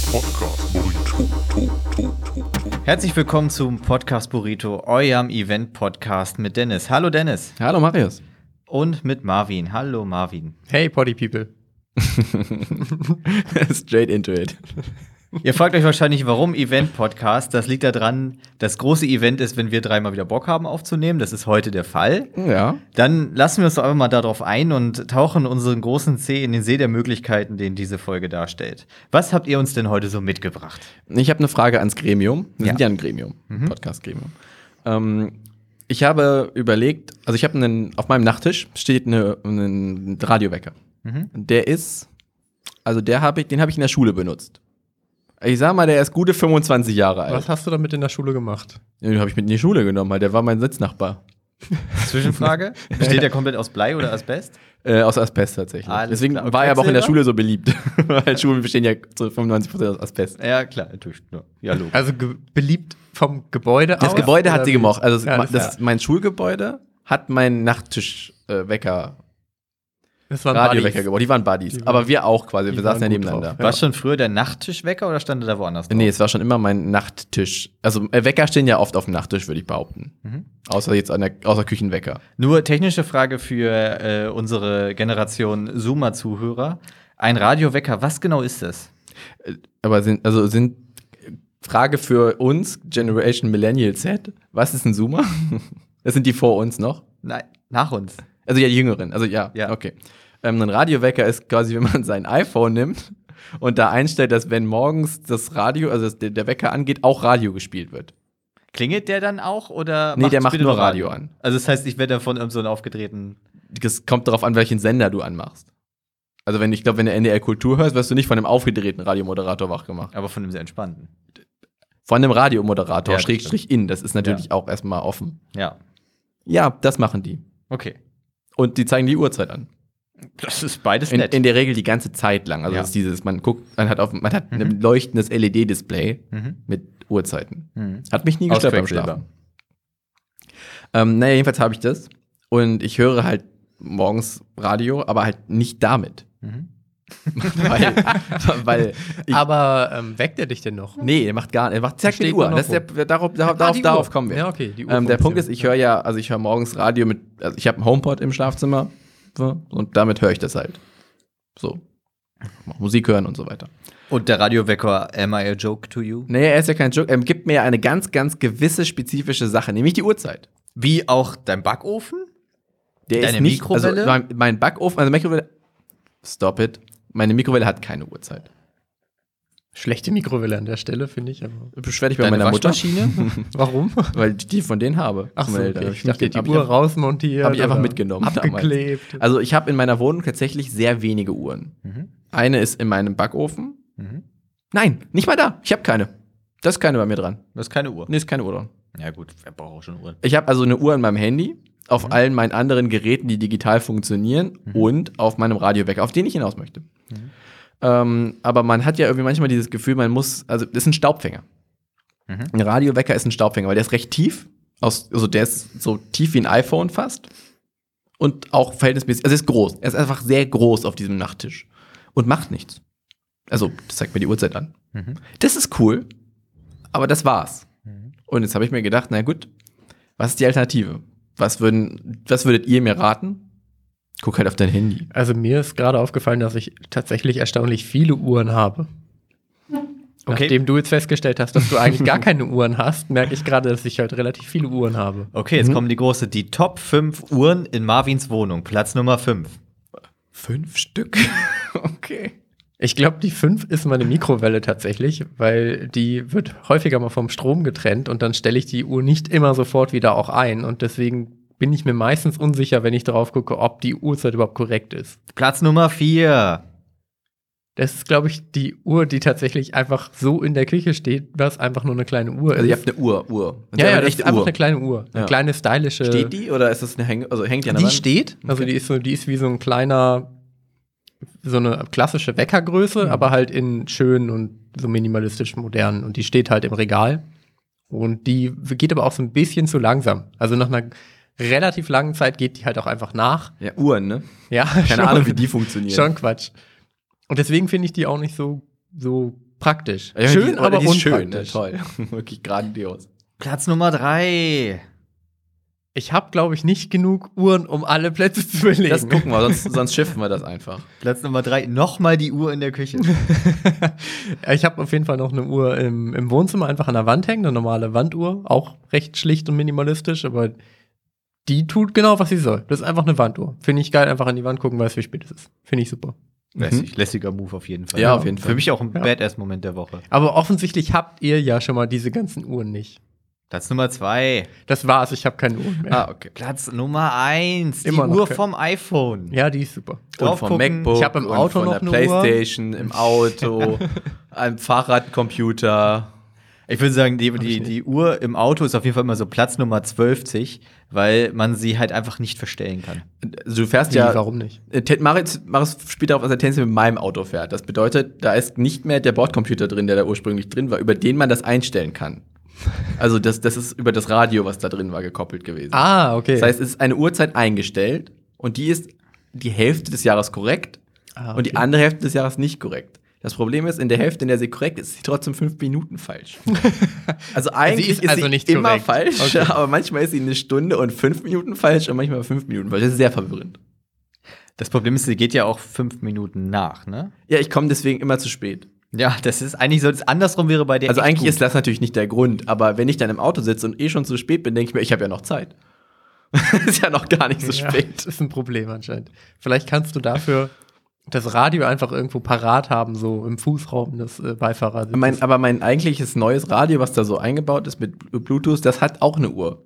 Podcast Burrito. Herzlich willkommen zum Podcast Burrito, eurem Event-Podcast mit Dennis. Hallo Dennis. Hallo Marius. Und mit Marvin. Hallo Marvin. Hey Potty People. Straight into it. Ihr fragt euch wahrscheinlich, warum Event-Podcast? Das liegt daran, das große Event ist, wenn wir dreimal wieder Bock haben aufzunehmen. Das ist heute der Fall. Ja. Dann lassen wir uns doch einfach mal darauf ein und tauchen unseren großen See in den See der Möglichkeiten, den diese Folge darstellt. Was habt ihr uns denn heute so mitgebracht? Ich habe eine Frage ans Gremium. Wir Ja. sind ja ein Gremium, Podcast-Gremium. Ich habe überlegt, also ich habe auf meinem Nachttisch steht ein Radiowecker. Der ist, also den habe ich in der Schule benutzt. Ich sag mal, der ist gute 25 Jahre alt. Was hast du damit in der Schule gemacht? Den habe ich mit in die Schule genommen, weil der war mein Sitznachbar. Zwischenfrage? Besteht der komplett aus Blei oder Asbest? Aus Asbest tatsächlich. Alles Deswegen klar. Und war er aber auch in der Quecksilber? Schule so beliebt. Weil Schulen bestehen ja zu 95% aus Asbest. Ja, klar, natürlich. Ja, logisch. Also beliebt vom Gebäude aus? Das Gebäude hat oder sie wie? gemocht. Also Ja, mein Schulgebäude hat meinen Nachttischwecker, das waren Radiowecker Buddies. gebaut. Die waren Buddies. Die waren- Aber wir auch quasi. Wir die saßen ja waren gut nebeneinander. drauf, War es schon früher der Nachttischwecker oder stand er da woanders drauf? Nee, es war schon immer mein Nachttisch. Also Wecker stehen ja oft auf dem Nachttisch, würde ich behaupten. Außer jetzt außer Küchenwecker. Nur technische Frage für unsere Generation Zoomer-Zuhörer. Ein Radiowecker, was genau ist das? Aber Frage für uns, Generation Millennial Z, was ist ein Zoomer? Das sind die vor uns noch. Nein, nach uns. Also ja, die Jüngeren. Also ja. Ja. Okay. Ein Radiowecker ist quasi, wenn man sein iPhone nimmt und da einstellt, dass wenn morgens das Radio, also der Wecker angeht, auch Radio gespielt wird. Klingelt der dann auch oder Nee, der macht bitte nur Radio an. Also das heißt, ich werde dann von so einem aufgedrehten. Das kommt darauf an, welchen Sender du anmachst. Also wenn du NDR Kultur hörst, wirst du nicht von einem aufgedrehten Radiomoderator wach gemacht. Aber von einem sehr entspannten. Von einem Radiomoderator, Ja, das Schrägstrich in. Das ist natürlich auch erstmal offen. Ja. Ja, das machen die. Okay. Und die zeigen die Uhrzeit an. Das ist beides In, nett. in der Regel die ganze Zeit lang. Also Ja. das ist dieses, man hat ein leuchtendes LED-Display mit Uhrzeiten. Hat mich nie Aus gestört beim Quecksilber. Schlafen. Jedenfalls habe ich das. Und ich höre halt morgens Radio, aber halt nicht damit. weil ich, Aber weckt er dich denn noch? nee, er macht gar nicht. Er macht zeigt mir die Steht Uhr. nur noch Das ist der, die darauf Uhr. kommen wir. Ja, okay, die Der Uhrfunktion. Punkt ist, ich höre morgens Radio also ich habe einen HomePod im Schlafzimmer so, und damit höre ich das halt. So. Mach Musik hören und so weiter. Und der Radiowecker, am I a joke to you? Nee, er ist ja kein Joke. Er gibt mir ja eine ganz, ganz gewisse spezifische Sache, nämlich die Uhrzeit. Wie auch dein Backofen? Der Deine ist nicht, Mikrowelle? Also mein Backofen, also Mikrowelle. Stop it. Meine Mikrowelle hat keine Uhrzeit. Schlechte Mikrowelle an der Stelle, finde ich. Aber Beschwer dich bei Deine meiner Mutter. Waschmaschine? warum? Weil ich die von denen habe. Ach so, Meine okay. Eltern. Ich dachte, die hab Uhr rausmontiert. hab ich einfach oder mitgenommen Abgeklebt. Also ich habe in meiner Wohnung tatsächlich sehr wenige Uhren. Eine ist in meinem Backofen. Nein, nicht mal da. Ich habe keine. Da ist keine bei mir dran. Das ist keine Uhr. Nee, ist keine Uhr dran. Ja gut, wer braucht auch schon Uhren? Ich habe also eine Uhr in meinem Handy, auf allen meinen anderen Geräten, die digital funktionieren und auf meinem Radiowecker, auf den ich hinaus möchte. Aber man hat ja irgendwie manchmal dieses Gefühl, das ist ein Staubfänger. Ein Radiowecker ist ein Staubfänger, weil der ist recht tief. Also der ist so tief wie ein iPhone fast. Und auch verhältnismäßig, also ist groß. Er ist einfach sehr groß auf diesem Nachttisch. Und macht nichts. Also, das zeigt mir die Uhrzeit an. Das ist cool, aber das war's. Und jetzt habe ich mir gedacht, na gut, was ist die Alternative? Was würdet ihr mir raten? Guck halt auf dein Handy. Also mir ist gerade aufgefallen, dass ich tatsächlich erstaunlich viele Uhren habe. Okay. Nachdem du jetzt festgestellt hast, dass du eigentlich gar keine Uhren hast, merke ich gerade, dass ich halt relativ viele Uhren habe. Okay, jetzt kommen die Top 5 Uhren in Marvins Wohnung. Platz Nummer 5. 5 Stück? Okay. Ich glaube, die 5 ist meine Mikrowelle tatsächlich, weil die wird häufiger mal vom Strom getrennt und dann stelle ich die Uhr nicht immer sofort wieder auch ein und deswegen bin ich mir meistens unsicher, wenn ich drauf gucke, ob die Uhrzeit überhaupt korrekt ist. Platz Nummer 4. Das ist, glaube ich, die Uhr, die tatsächlich einfach so in der Küche steht, was einfach nur eine kleine Uhr Also ist. ihr habt eine Uhr. Ja, das ist einfach eine kleine Uhr. Eine Ja. kleine, stylische. Steht die oder ist das also hängt die an der Die Wand? steht. Also die ist wie so ein kleiner, so eine klassische Weckergröße, aber halt in schön und so minimalistisch modern. Und die steht halt im Regal. Und die geht aber auch so ein bisschen zu langsam. Also nach einer relativ langen Zeit geht die halt auch einfach nach. Ja, Uhren, ne? Ja, Keine Ahnung, wie die funktionieren. Schon Quatsch. Und deswegen finde ich die auch nicht so praktisch. Ja, Schön, die aber die ist unpraktisch. schön, ne? Toll. Wirklich grandios. Platz Nummer 3. Ich habe, glaube ich, nicht genug Uhren, um alle Plätze zu belegen. Das gucken wir, sonst schiffen wir das einfach. Platz Nummer 3. Nochmal die Uhr in der Küche. Ja, ich habe auf jeden Fall noch eine Uhr im Wohnzimmer einfach an der Wand hängen, eine normale Wanduhr, auch recht schlicht und minimalistisch, aber die tut genau, was sie soll. Das ist einfach eine Wanduhr. Finde ich geil, einfach an die Wand gucken, weiß, wie spät es ist. Finde ich super. Lässiger Move auf jeden Fall. Ja, auf jeden Fall. Für mich auch ein Ja. Badass-Moment der Woche. Aber offensichtlich habt ihr ja schon mal diese ganzen Uhren nicht. Platz Nummer 2. Das war's, ich habe keine Uhren mehr. Okay. Platz Nummer 1. Die Immer noch Uhr kein- vom iPhone. Ja, die ist super. Und Drauf vom gucken. MacBook, Ich hab im Auto und von noch der eine Uhr. Playstation, im Auto, am Fahrradcomputer. Ich würde sagen, die Uhr im Auto ist auf jeden Fall immer so Platz Nummer 12, weil man sie halt einfach nicht verstellen kann. Also du fährst Wie, ja. warum nicht? Marius spielt darauf, dass er tendenziell mit meinem Auto fährt. Das bedeutet, da ist nicht mehr der Bordcomputer drin, der da ursprünglich drin war, über den man das einstellen kann. Also das ist über das Radio, was da drin war, gekoppelt gewesen. Ah, okay. Das heißt, es ist eine Uhrzeit eingestellt und die ist die Hälfte des Jahres korrekt und die andere Hälfte des Jahres nicht korrekt. Das Problem ist, in der Hälfte, in der sie korrekt ist, ist sie trotzdem 5 Minuten falsch. Also eigentlich Sie ist ist also sie nicht immer korrekt. falsch, Okay. aber manchmal ist sie 1 Stunde und 5 Minuten falsch und manchmal 5 Minuten falsch. Das ist sehr verwirrend. Das Problem ist, sie geht ja auch 5 Minuten nach, ne? Ja, ich komme deswegen immer zu spät. Ja, das ist eigentlich so, andersrum wäre bei der. Also echt eigentlich gut. ist das natürlich nicht der Grund, aber wenn ich dann im Auto sitze und schon zu spät bin, denke ich mir, ich habe ja noch Zeit. Ist ja noch gar nicht so Ja, spät. das ist ein Problem anscheinend. Vielleicht kannst du dafür das Radio einfach irgendwo parat haben, so im Fußraum des Beifahrersitzes. Aber mein eigentliches neues Radio, was da so eingebaut ist mit Bluetooth, das hat auch eine Uhr.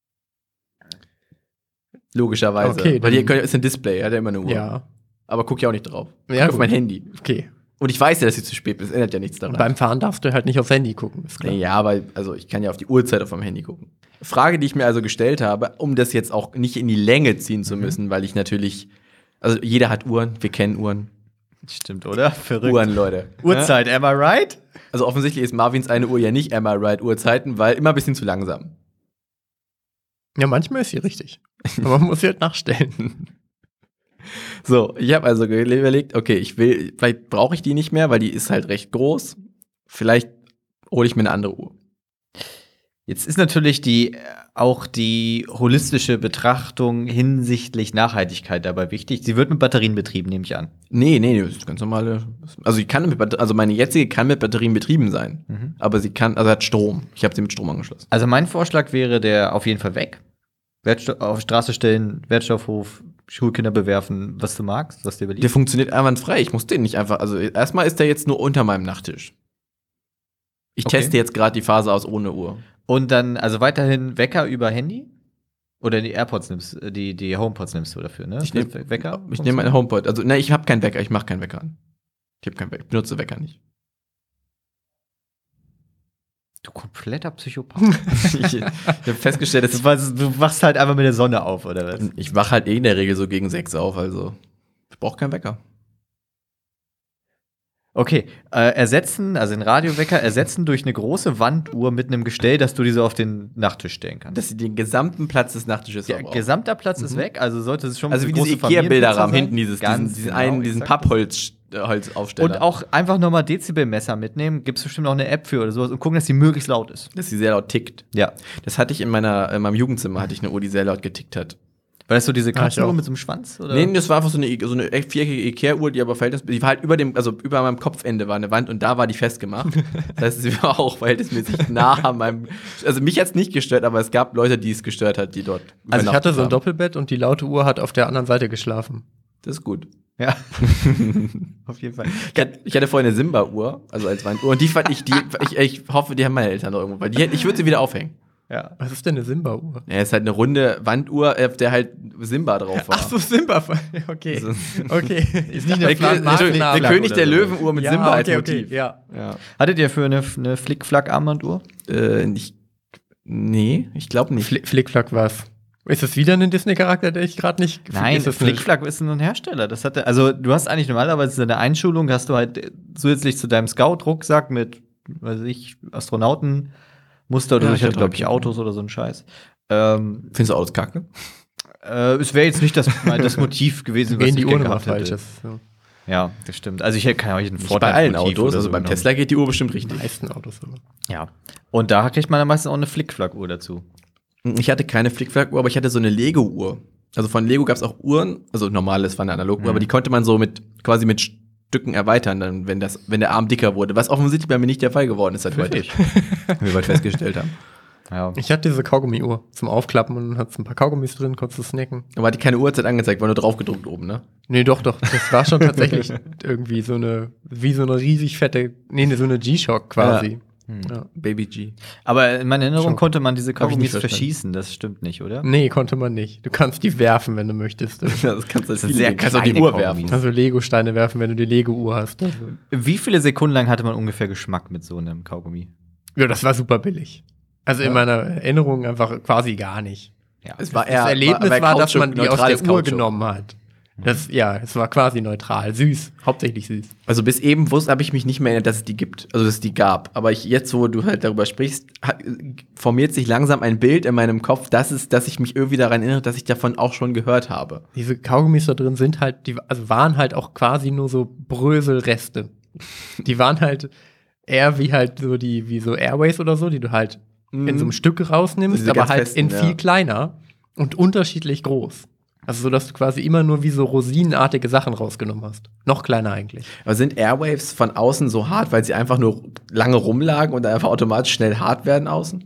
Logischerweise. Okay, Weil dann- hier ist ein Display, hat ja immer eine Uhr. Ja. Aber guck ja auch nicht drauf. Ja, Guck auf gut. mein Handy. Okay. Und ich weiß ja, dass ich zu spät bin. Das ändert ja nichts Und daran. beim Fahren darfst du halt nicht aufs Handy gucken, ist klar. Ja, aber also ich kann ja auf die Uhrzeit auf meinem Handy gucken. Frage, die ich mir also gestellt habe, um das jetzt auch nicht in die Länge ziehen zu müssen, weil ich natürlich, also jeder hat Uhren, wir kennen Uhren. Stimmt, oder? Verrückt. Uhren, Leute. Uhrzeit, am I right? Also offensichtlich ist Marvins eine Uhr ja nicht Am I Right Uhrzeiten, weil immer ein bisschen zu langsam. Ja, manchmal ist sie richtig. Aber man muss sie halt nachstellen. So, ich habe also überlegt, okay, vielleicht brauche ich die nicht mehr, weil die ist halt recht groß. Vielleicht hole ich mir eine andere Uhr. Jetzt ist natürlich auch die holistische Betrachtung hinsichtlich Nachhaltigkeit dabei wichtig. Sie wird mit Batterien betrieben, nehme ich an. Nee, das ist ganz normale. Also meine jetzige kann mit Batterien betrieben sein, aber sie hat Strom. Ich habe sie mit Strom angeschlossen. Also mein Vorschlag wäre der auf jeden Fall weg. Auf Straße stellen, Wertstoffhof, Schulkinder bewerfen, was du magst, was dir Der beliebt. funktioniert einwandfrei. Ich muss den nicht einfach. Also erstmal ist der jetzt nur unter meinem Nachttisch. Ich Okay. teste jetzt gerade die Phase aus ohne Uhr. Und dann, also weiterhin Wecker über Handy? Oder die AirPods nimmst, die HomePods nimmst du dafür, ne? Ich nehme Wecker? meinen HomePod. Also, nein, ich habe keinen Wecker. Ich mache keinen Wecker an. Ich habe keinen Wecker. Ich benutze Wecker nicht. Du kompletter Psychopath. Ich habe festgestellt, dass Du wachst halt einfach mit der Sonne auf, oder was? ich wache halt in der Regel so gegen 6 auf. Also, ich brauche keinen Wecker. Okay, den Radiowecker ersetzen durch eine große Wanduhr mit einem Gestell, dass du die so auf den Nachttisch stellen kannst. Dass sie den gesamten Platz des Nachttisches Der verbrauchen. gesamter Platz ist weg, also sollte es schon Also wie eine diese große Ikea-Bilderrahmen Familienpizza sein. hinten, diesen exakt. Pappholzaufsteller. Und auch einfach nochmal Dezibelmesser mitnehmen. Gibt es bestimmt auch eine App für oder sowas und gucken, dass die möglichst laut ist. dass sie sehr laut tickt. Ja. Das hatte ich in meinem Jugendzimmer, hatte ich eine Uhr, die sehr laut getickt hat. War das so diese ich Katzenuhr auch. mit so einem Schwanz? Oder? Nee, das war einfach so eine viereckige Ikea-Uhr, die aber verhältnismäßig, die war halt über meinem Kopfende war eine Wand und da war die festgemacht. Das heißt, sie war auch verhältnismäßig nah an meinem, also mich hat's nicht gestört, aber es gab Leute, die es gestört hat, die dort Also ich hatte so ein übernachtet haben. Doppelbett und die laute Uhr hat auf der anderen Seite geschlafen. Das ist gut. Ja. Auf jeden Fall. Ich hatte vorher eine Simba-Uhr, also als Wanduhr, und die fand ich hoffe, die haben meine Eltern noch irgendwo, weil ich würde sie wieder aufhängen. Ja. Was ist denn eine Simba-Uhr? Ja, ist halt eine runde Wanduhr, auf der halt Simba drauf war. Ach so, Simba. Okay. So. Okay. Ist nicht Der König der Löwenuhr mit ja, Simba als okay, Motiv. okay. Ja. Ja. Hattet ihr für eine Flick-Flack-Armbanduhr? Nee, ich glaube nicht. Flickflack was? Ist das wieder ein Disney-Charakter, der ich gerade nicht. Nein, ist das eine- Flick-Flack ist ein Hersteller. Also du hast eigentlich normalerweise eine Einschulung, hast du halt zusätzlich zu deinem Scout-Rucksack mit, weiß ich, Astronautenmuster oder Ja, so. ich Ich hatte, hatte glaube ich, auch- Autos oder so ein Scheiß. Findest du alles kacke? Es wäre jetzt nicht das Motiv gewesen, was Gehen ich die gern Uhr nochmal gehabt hätte. falsch ist. So. Ja, das stimmt. Also ich kann euch einen Nicht bei allen Fortnite-Motiv Autos, oder also so beim genommen. Tesla geht die Uhr bestimmt Die richtig. meisten Autos immer. Ja. Und da kriegt man dann meistens auch eine Flickflack-Uhr dazu. Ich hatte keine Flickflack-Uhr, aber ich hatte so eine Lego-Uhr. Also von Lego gab es auch Uhren, also normales war eine Analoguhr, aber die konnte man so quasi mit Stücken erweitern, dann, wenn der Arm dicker wurde. Was offensichtlich bei mir nicht der Fall geworden ist, seit wir bald festgestellt haben. Ja. Ich hatte diese Kaugummi-Uhr zum Aufklappen und hat ein paar Kaugummis drin, konntest du snacken. Aber hat die keine Uhrzeit angezeigt, war nur drauf gedruckt oben, ne? Nee, doch. Das war schon tatsächlich irgendwie so eine riesig fette, so eine G-Shock quasi. Ja. Baby G. Aber in meiner Erinnerung Schon. konnte man diese Hab ich Kaugummis nicht verstanden. verschießen, das stimmt nicht, oder? Nee, konnte man nicht. Du kannst die werfen, wenn du möchtest. Das kannst du sind sehr kannst auch die kleine Uhr Kaugummis. werfen. Also Lego-Steine werfen, wenn du die Lego-Uhr hast. Also. Wie viele Sekunden lang hatte man ungefähr Geschmack mit so einem Kaugummi? Ja, das war super billig. Also in meiner Erinnerung einfach quasi gar nicht. Ja. Es war Das Erlebnis war, dass man die aus neutrales der Uhr Kautschuk. genommen hat. Es war quasi neutral. Süß. Hauptsächlich süß. Also bis eben habe ich mich nicht mehr erinnert, dass es die gibt, also dass es die gab. Aber jetzt, wo du halt darüber sprichst, formiert sich langsam ein Bild in meinem Kopf, dass ich mich irgendwie daran erinnere, dass ich davon auch schon gehört habe. Diese Kaugummis da drin sind halt, waren halt auch quasi nur so Bröselreste. Die waren halt eher wie halt so wie so Airways oder so, die du halt in so einem Stück rausnimmst, Diese aber ganz halt festen, in ja. viel kleiner und unterschiedlich groß. Also so, dass du quasi immer nur wie so rosinenartige Sachen rausgenommen hast. Noch kleiner eigentlich. Aber sind Airwaves von außen so hart, weil sie einfach nur lange rumlagen und dann einfach automatisch schnell hart werden außen?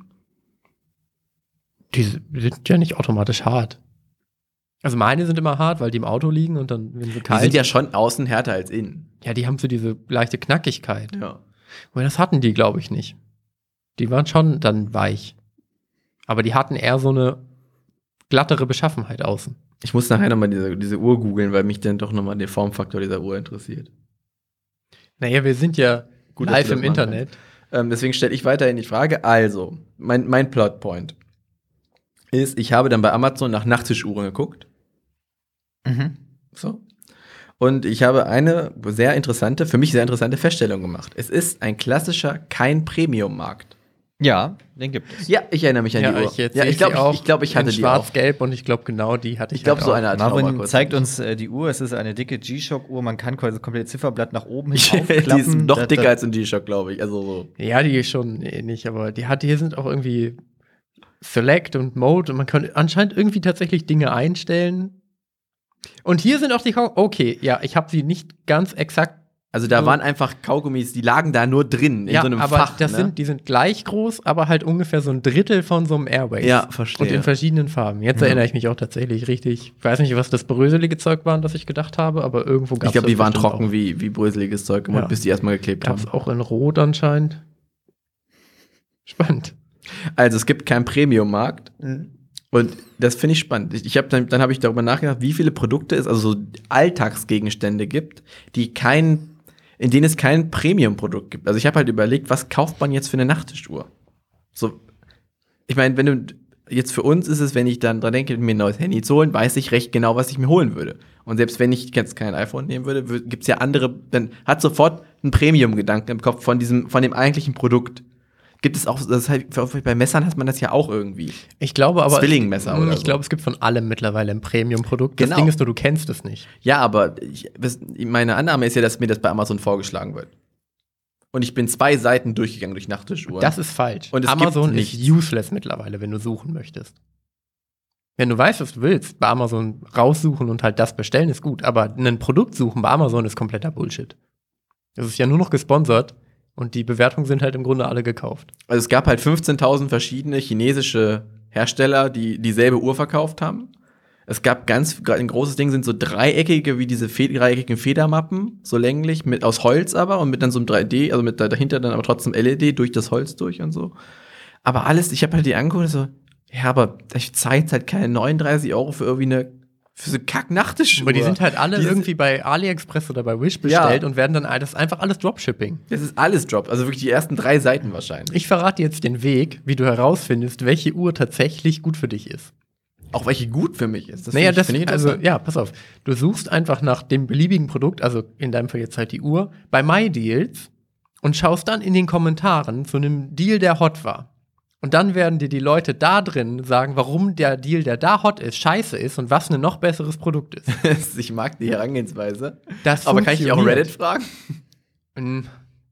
Die sind ja nicht automatisch hart. Also meine sind immer hart, weil die im Auto liegen und dann, wenn sie Die kalt sind ja schon außen härter als innen. ja, die haben so diese leichte Knackigkeit. Ja. Aber das hatten die, glaube ich, nicht. Die waren schon dann weich. Aber die hatten eher so eine glattere Beschaffenheit außen. Ich muss nachher nochmal diese Uhr googeln, weil mich dann doch nochmal der Formfaktor dieser Uhr interessiert. Naja, wir sind ja Gut, dass live du das im machen Internet. Deswegen stelle ich weiterhin die Frage. Also, mein Plotpoint ist, ich habe dann bei Amazon nach Nachttischuhren geguckt. So. Und ich habe eine für mich sehr interessante Feststellung gemacht. Es ist ein klassischer, kein Premium-Markt. Ja, den gibt es. Ja, ich erinnere mich an die Uhr. Ich glaube, ich hatte die auch. schwarz-gelb und ich glaube, genau die hatte ich. Ich glaube, halt so auch. eine Art Trauma Marvin kurz. zeigt uns die Uhr. Es ist eine dicke G-Shock-Uhr. Man kann quasi das komplette Zifferblatt nach oben hin Die ist aufklappen. noch dicker als ein G-Shock, glaube ich. Also so. Ja, die ist schon ähnlich, aber hier sind auch irgendwie Select und Mode und man kann anscheinend irgendwie tatsächlich Dinge einstellen. Und hier sind auch die okay, ja, ich habe sie nicht ganz exakt. Also da So. waren einfach Kaugummis, die lagen da nur drin, in so einem aber Fach. das ne? die sind gleich groß, aber halt ungefähr so ein Drittel von so einem Airways. Ja, verstehe. Und in verschiedenen Farben. Jetzt erinnere ich mich auch tatsächlich richtig. Ich weiß nicht, was das bröselige Zeug war, das ich gedacht habe, aber irgendwo gab Ich es glaube, die waren trocken wie bröseliges Zeug gemacht, Ja. bis die erstmal geklebt Gab haben. es auch in Rot anscheinend. Spannend. Also es gibt keinen Premium-Markt. Und das finde ich spannend. Dann habe ich darüber nachgedacht, wie viele Produkte es, also so Alltagsgegenstände gibt, in denen es kein Premium-Produkt gibt. Also ich habe halt überlegt, was kauft man jetzt für eine Nachttischuhr? So, ich meine, jetzt für uns ist es, wenn ich dann dran denke, mir ein neues Handy zu holen, weiß ich recht genau, was ich mir holen würde. Und selbst wenn ich jetzt kein iPhone nehmen würde, gibt es ja andere, dann hat sofort ein Premium-Gedanken im Kopf von dem eigentlichen Produkt. Gibt es auch, das heißt, bei Messern hat man das ja auch irgendwie. Ich glaube aber. Zwillingmesser oder Ich so. glaube, es gibt von allem mittlerweile ein Premium-Produkt. Genau. Das Ding ist nur, du kennst es nicht. Ja, aber meine Annahme ist ja, dass mir das bei Amazon vorgeschlagen wird. Und ich bin 2 Seiten durchgegangen durch Nachttischuhren. Das ist falsch. Und es Amazon gibt ist nichts. useless mittlerweile, wenn du suchen möchtest. Wenn du weißt, was du willst, bei Amazon raussuchen und halt das bestellen, ist gut. Aber ein Produkt suchen bei Amazon ist kompletter Bullshit. Das ist ja nur noch gesponsert und die Bewertungen sind halt im Grunde alle gekauft. Also es gab halt 15.000 verschiedene chinesische Hersteller, die dieselbe Uhr verkauft haben. Es gab ein großes Ding sind so dreieckige, wie diese dreieckigen Federmappen, so länglich, aus Holz aber und mit dann so einem 3D, also mit dahinter dann aber trotzdem LED durch das Holz durch und so. Aber alles, ich habe halt die angeguckt und so, ja, aber ich zahle halt keine 39 € für irgendwie für so Kack-Nachttischuhe. Aber die sind halt alle Die- irgendwie bei AliExpress oder bei Wish bestellt Ja. und werden dann das ist einfach alles Dropshipping. Das ist alles Drop, also wirklich die ersten 3 Seiten wahrscheinlich. Ich verrate dir jetzt den Weg, wie du herausfindest, welche Uhr tatsächlich gut für dich ist. Auch welche gut für mich ist. Naja, find ich also, interessant. ja, pass auf. Du suchst einfach nach dem beliebigen Produkt, also in deinem Fall jetzt halt die Uhr, bei MyDeals und schaust dann in den Kommentaren zu einem Deal, der hot war. Und dann werden dir die Leute da drin sagen, warum der Deal, der da hot ist, scheiße ist und was ein noch besseres Produkt ist. Ich mag die Herangehensweise. Das Aber kann ich dich auch funktioniert. Reddit fragen? Mm,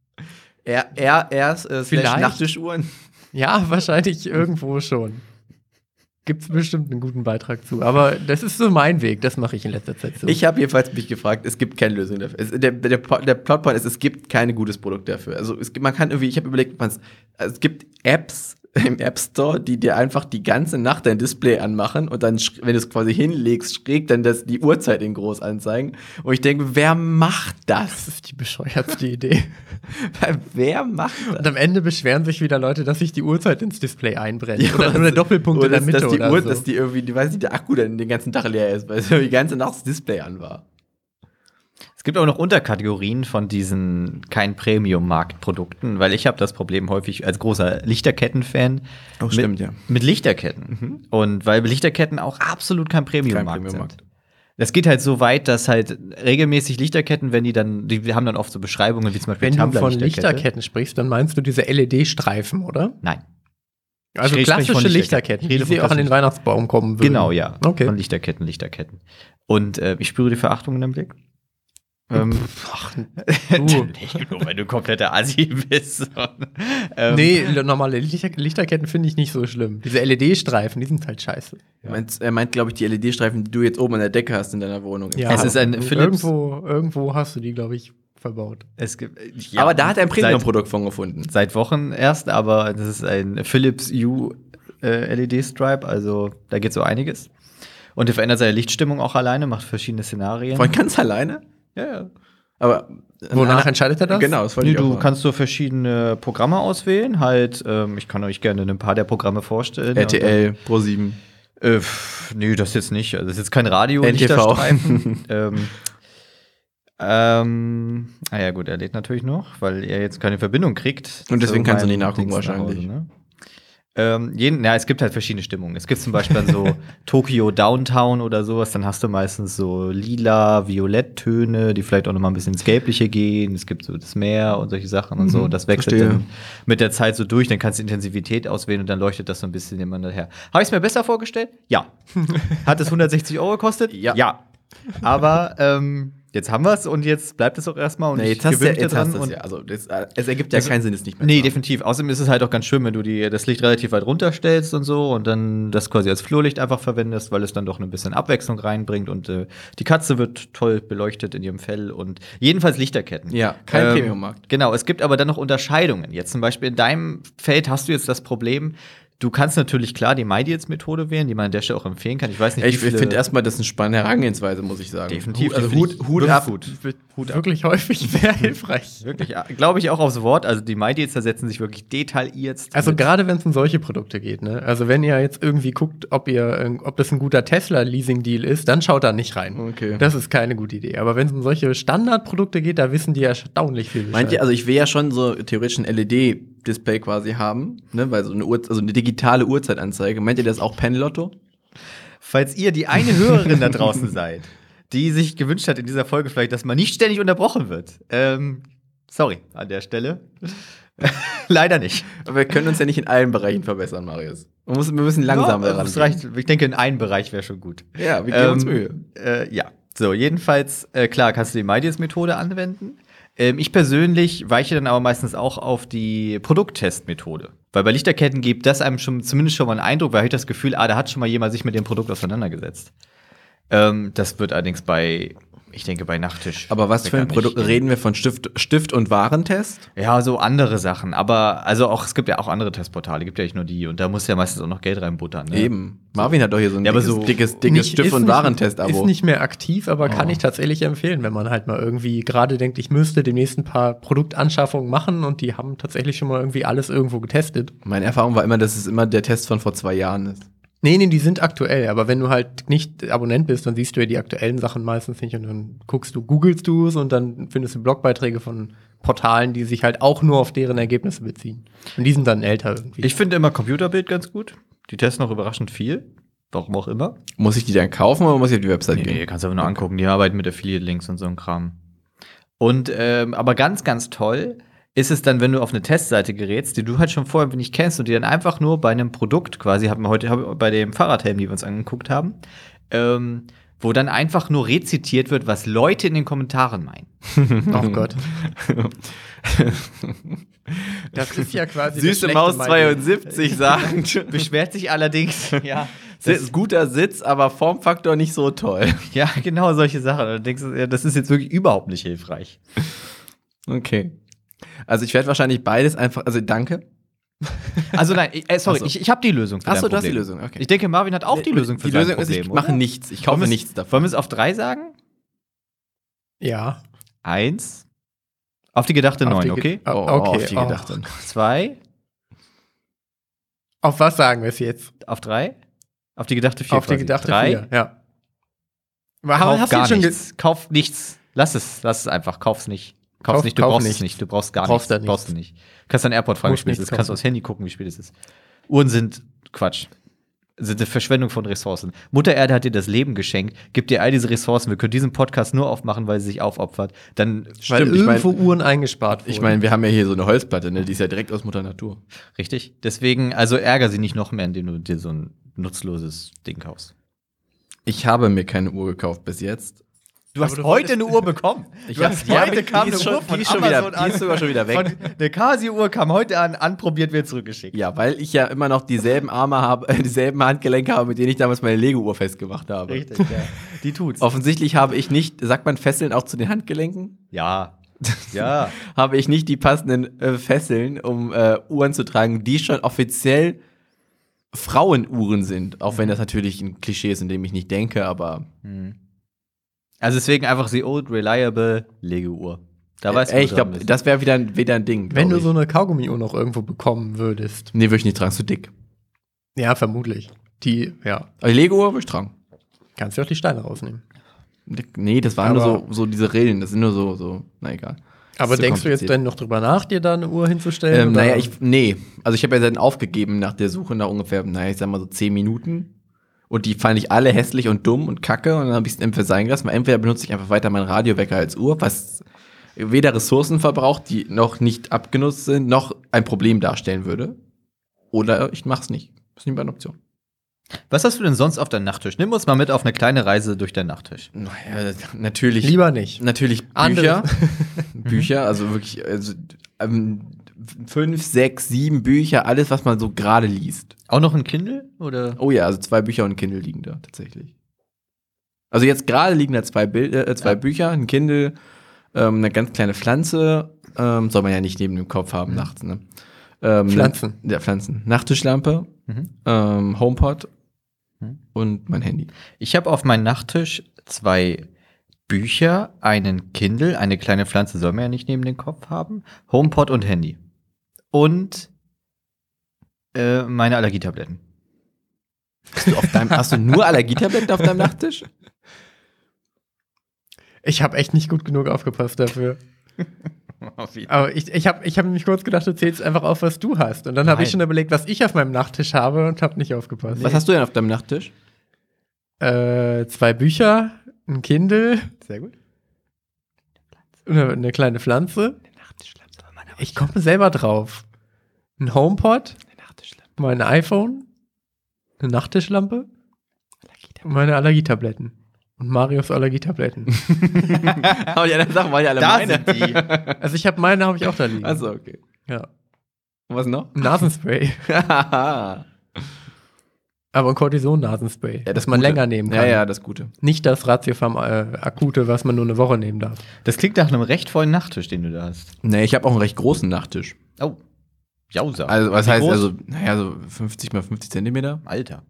Slash Nachttischuhren. Ja, wahrscheinlich irgendwo schon. Gibt's bestimmt einen guten Beitrag zu. Aber das ist so mein Weg, das mache ich in letzter Zeit so. Ich habe jedenfalls mich gefragt, es gibt keine Lösung dafür. Der Plotpoint ist, es gibt kein gutes Produkt dafür. Also man kann irgendwie, ich habe überlegt, es gibt Apps im App Store, die dir einfach die ganze Nacht dein Display anmachen und dann, wenn du es quasi hinlegst, schräg dann die Uhrzeit in groß anzeigen. Und ich denke, wer macht Das das? ist die bescheuertste Idee. Wer macht das? Und am Ende beschweren sich wieder Leute, dass sich die Uhrzeit ins Display einbrennt. Oder nur der Doppelpunkt in der Mitte dass die oder Uhr, so. dass die irgendwie, die weiß nicht, der Akku dann den ganzen Tag leer ist, weil die ganze Nacht das Display an war. Es gibt auch noch Unterkategorien von diesen kein Premium-Marktprodukten, weil ich habe das Problem häufig als großer Lichterketten-Fan mit Lichterketten. Und weil Lichterketten auch absolut kein Premium-Markt sind. Das geht halt so weit, dass halt regelmäßig Lichterketten, wenn die haben dann oft so Beschreibungen wie zum Beispiel Wenn du von Tumblr-Lichterkette. Lichterketten sprichst, dann meinst du diese LED-Streifen, oder? Nein. Also Ich sprich klassische von Lichterketten, Ich rede wie sie von auch an den klassischen- Weihnachtsbaum kommen würden. Genau, ja. Okay. Von Lichterketten. Und ich spüre die Verachtung in deinem Blick. Ach, Nicht nur, wenn du kompletter Assi bist. nee, normale Lichterketten finde ich nicht so schlimm. Diese LED-Streifen, die sind halt scheiße. Er meint, glaube ich, die LED-Streifen, die du jetzt oben an der Decke hast in deiner Wohnung. Ja, Es ist ein Philips- Irgendwo hast du die, glaube ich, verbaut. Es gibt, Aber da hat er ein seit Premium-Produkt von gefunden. Seit Wochen erst, aber das ist ein Philips Hue LED-Stripe, also da geht so einiges. Und der verändert seine Lichtstimmung auch alleine, macht verschiedene Szenarien. Von ganz alleine? Ja. Aber Wonach entscheidet er das? Genau, das wollte Nee, ich auch du sagen. kannst so verschiedene Programme auswählen. Halt, ich kann euch gerne ein paar der Programme vorstellen. RTL, Pro7. Nee, das jetzt nicht. Also das ist jetzt kein Radio. NTV. Ja gut, er lädt natürlich noch, weil er jetzt keine Verbindung kriegt. Und deswegen zu kannst du meinem nicht nachgucken Dings nach wahrscheinlich. ne? Es gibt halt verschiedene Stimmungen. Es gibt zum Beispiel dann so Tokyo Downtown oder sowas, dann hast du meistens so lila, Violetttöne, die vielleicht auch noch mal ein bisschen ins Gelbliche gehen. Es gibt so das Meer und solche Sachen und so. Das wechselt verstehe. dann mit der Zeit so durch. Dann kannst du Intensivität auswählen und dann leuchtet das so ein bisschen nebeneinander her. Habe ich es mir besser vorgestellt? Ja. Hat es 160 € gekostet? Ja. Aber jetzt haben wir es und jetzt bleibt es auch erstmal. Und Nee, ich jetzt hast du gewöhne mich jetzt daran hast du's und- ja. Also, es ergibt ja Also- keinen Sinn, es nicht mehr Nee, zu haben. definitiv. Außerdem ist es halt auch ganz schön, wenn du das Licht relativ weit runterstellst und so und dann das quasi als Flurlicht einfach verwendest, weil es dann doch ein bisschen Abwechslung reinbringt und die Katze wird toll beleuchtet in ihrem Fell und jedenfalls Lichterketten. Ja, kein Premium-Markt. Genau, es gibt aber dann noch Unterscheidungen. Jetzt zum Beispiel in deinem Feld hast du jetzt das Problem, du kannst natürlich klar die MyDeals-Methode wählen, die man an der Stelle auch empfehlen kann. Ich weiß nicht, Ich wie viele finde erstmal, das ist eine spannende Herangehensweise, muss ich sagen. Definitiv. Also Die Hut finde ich ab. gut. Wirklich häufig sehr hilfreich. Wirklich, glaube ich auch aufs Wort. Also die MyDeals, da setzen sich wirklich detailliert. Also mit- gerade wenn es um solche Produkte geht, ne? Also wenn ihr jetzt irgendwie guckt, ob das ein guter Tesla-Leasing-Deal ist, dann schaut da nicht rein. Okay. Das ist keine gute Idee. Aber wenn es um solche Standardprodukte geht, da wissen die erstaunlich viel Bescheid. Meint ihr, also ich will ja schon so theoretisch ein LED-Display quasi haben, ne, weil so eine digitale Uhrzeitanzeige. Meint ihr das auch Penlotto? Falls ihr die eine Hörerin da draußen seid, die sich gewünscht hat in dieser Folge vielleicht, dass man nicht ständig unterbrochen wird. Sorry an der Stelle. Leider nicht. Aber wir können uns ja nicht in allen Bereichen verbessern, Marius. Wir müssen langsam daran das gehen. reicht. Ich denke, in einem Bereich wäre schon gut. Ja, wir geben uns Mühe. Ja, so, jedenfalls, klar, kannst du die MyDeals-Methode anwenden. Ich persönlich weiche dann aber meistens auch auf die Produkttestmethode. Weil bei Lichterketten gibt das einem zumindest schon mal einen Eindruck, weil ich das Gefühl, da hat schon mal jemand sich mit dem Produkt auseinandergesetzt. Das wird allerdings bei Nachttisch. Aber was für ein Wecker Produkt? nicht. Reden wir von Stift- und Warentest? Ja, so andere Sachen. Aber also auch, es gibt ja auch andere Testportale, gibt ja nicht nur die. Und da musst du ja meistens auch noch Geld reinbuttern. Ne? Eben. Marvin hat doch hier so ein Ja, aber dickes, so dickes Nicht- Stift- ist und nicht- Warentest-Abo. Ist nicht mehr aktiv, aber kann Oh. ich tatsächlich empfehlen, wenn man halt mal irgendwie gerade denkt, ich müsste demnächst ein paar Produktanschaffungen machen und die haben tatsächlich schon mal irgendwie alles irgendwo getestet. Meine Erfahrung war immer, dass es immer der Test von vor 2 Jahren ist. Nee, die sind aktuell, aber wenn du halt nicht Abonnent bist, dann siehst du ja die aktuellen Sachen meistens nicht und dann googelst du es und dann findest du Blogbeiträge von Portalen, die sich halt auch nur auf deren Ergebnisse beziehen. Und die sind dann älter irgendwie. Ich finde immer Computerbild ganz gut. Die testen auch überraschend viel. Warum auch immer. Muss ich die dann kaufen oder muss ich auf die Website Nee, gehen? kannst du aber nur angucken. Die arbeiten mit Affiliate-Links und so ein Kram. Und aber ganz, ganz toll ist es dann, wenn du auf eine Testseite gerätst, die du halt schon vorher nicht kennst und die dann einfach nur bei einem Produkt quasi, haben wir heute bei dem Fahrradhelm, die wir uns angeguckt haben, wo dann einfach nur rezitiert wird, was Leute in den Kommentaren meinen. Oh Gott. Das ist ja quasi Süße Maus 72 sagt. Beschwert sich allerdings, ja. Das ist guter Sitz, aber Formfaktor nicht so toll. Ja, genau solche Sachen. Da denkst du, ja, das ist jetzt wirklich überhaupt nicht hilfreich. Okay. Also ich werde wahrscheinlich beides einfach, also danke. Also nein, sorry, ich habe die Lösung für dein Achso, du hast die Problem. Lösung, okay. Ich denke, Marvin hat auch die Lösung für sein Lösung Problem, ist, ich mache oder? nichts, ich kaufe nichts davon. Wollen wir es auf 3 sagen? Ja. 1. Auf die gedachte 9, okay? Okay. Auf die gedachte. 2. Auf was sagen wir es jetzt? Auf 3. Auf die gedachte 4. Auf die gedachte 3. 4, ja. Kauf gar nichts. Kauf nichts. Lass es einfach. Kauf's nicht. Du brauchst es nicht. Du brauchst gar nichts. Brauchst du nicht. Du kannst deine AirPod fragen, wie spät es ist. Kannst du aufs Handy gucken, wie spät es ist. Uhren sind Quatsch. Sind eine Verschwendung von Ressourcen. Mutter Erde hat dir das Leben geschenkt, gibt dir all diese Ressourcen. Wir können diesen Podcast nur aufmachen, weil sie sich aufopfert. Dann weil irgendwo Uhren eingespart wurden. Ich meine, wir haben ja hier so eine Holzplatte, ne? Die ist ja direkt aus Mutter Natur. Richtig. Deswegen, also ärger sie nicht noch mehr, indem du dir so ein nutzloses Ding kaufst. Ich habe mir keine Uhr gekauft bis jetzt. Du hast heute eine Uhr bekommen. Heute kam eine Uhr von Amazon an. Die ist sogar schon wieder weg. Eine Casio-Uhr kam heute an, anprobiert, wird zurückgeschickt. Ja, weil ich ja immer noch dieselben Arme habe, dieselben Handgelenke habe, mit denen ich damals meine Lego-Uhr festgemacht habe. Richtig, ja. Die tut's. Offensichtlich habe ich nicht, sagt man Fesseln auch zu den Handgelenken? Ja. Ja. Habe ich nicht die passenden Fesseln, um Uhren zu tragen, die schon offiziell Frauenuhren sind. Auch wenn das natürlich ein Klischee ist, in dem ich nicht denke, aber Also deswegen einfach the old reliable Lego-Uhr. Da weißt du, ich glaube, das wäre wieder ein Ding. Wenn du so eine Kaugummi-Uhr noch irgendwo bekommen würdest. Nee, würde ich nicht tragen, ist zu dick. Ja, vermutlich. Ja. Aber die Lego-Uhr würde ich tragen. Kannst du auch die Steine rausnehmen. Nee, das waren nur so diese Rillen, das sind nur so, na egal. Aber denkst du jetzt dann noch drüber nach, dir da eine Uhr hinzustellen? Naja, also ich habe ja dann aufgegeben nach der Suche nach ungefähr, ich sag mal so 10 Minuten. Und die fand ich alle hässlich und dumm und kacke. Und dann habe ich es entweder sein gelassen, weil entweder benutze ich einfach weiter meinen Radiowecker als Uhr, was weder Ressourcen verbraucht, die noch nicht abgenutzt sind, noch ein Problem darstellen würde. Oder ich mache es nicht. Das ist nicht meine Option. Was hast du denn sonst auf deinem Nachttisch? Nimm uns mal mit auf eine kleine Reise durch deinen Nachttisch. Naja, natürlich. Lieber nicht. Natürlich Bücher. Bücher, also wirklich 5, 6, 7 Bücher, alles, was man so gerade liest. Auch noch ein Kindle? Oder? Oh ja, also 2 Bücher und ein Kindle liegen da tatsächlich. Also jetzt gerade liegen da 2 Bücher, ein Kindle, eine ganz kleine Pflanze, soll man ja nicht neben dem Kopf haben nachts, ne? Pflanzen. Ja, Pflanzen. Nachttischlampe, HomePod und mein Handy. Ich habe auf meinem Nachttisch 2 Bücher, einen Kindle, eine kleine Pflanze soll man ja nicht neben den Kopf haben, HomePod und Handy. Und meine Allergietabletten. Hast du nur Allergietabletten auf deinem Nachttisch? Ich habe echt nicht gut genug aufgepasst dafür. Aber ich hab nämlich kurz gedacht, du zählst einfach auf, was du hast. Und dann habe ich schon überlegt, was ich auf meinem Nachttisch habe und habe nicht aufgepasst. Was hast du denn auf deinem Nachttisch? 2 Bücher, ein Kindle. Sehr gut. Eine kleine Pflanze. Ich komme selber drauf. Ein HomePod. Mein iPhone. Eine Nachttischlampe. Und meine Allergietabletten. Und Marios Allergietabletten. Aber die anderen Sachen waren ja alle Da meine. sind die. Also meine habe ich auch da liegen. Achso, okay. Ja. Und was noch? Ein Nasenspray. Aber ein Cortison-Nasenspray, Ja, das man länger nehmen kann. Ja, das Gute. Nicht das Ratiofarm Akute, was man nur eine Woche nehmen darf. Das klingt nach einem recht vollen Nachttisch, den du da hast. Nee, ich habe auch einen recht großen Nachttisch. Oh. Jausa. Also, was Wie heißt, groß? also, so 50 mal 50 Zentimeter. Alter.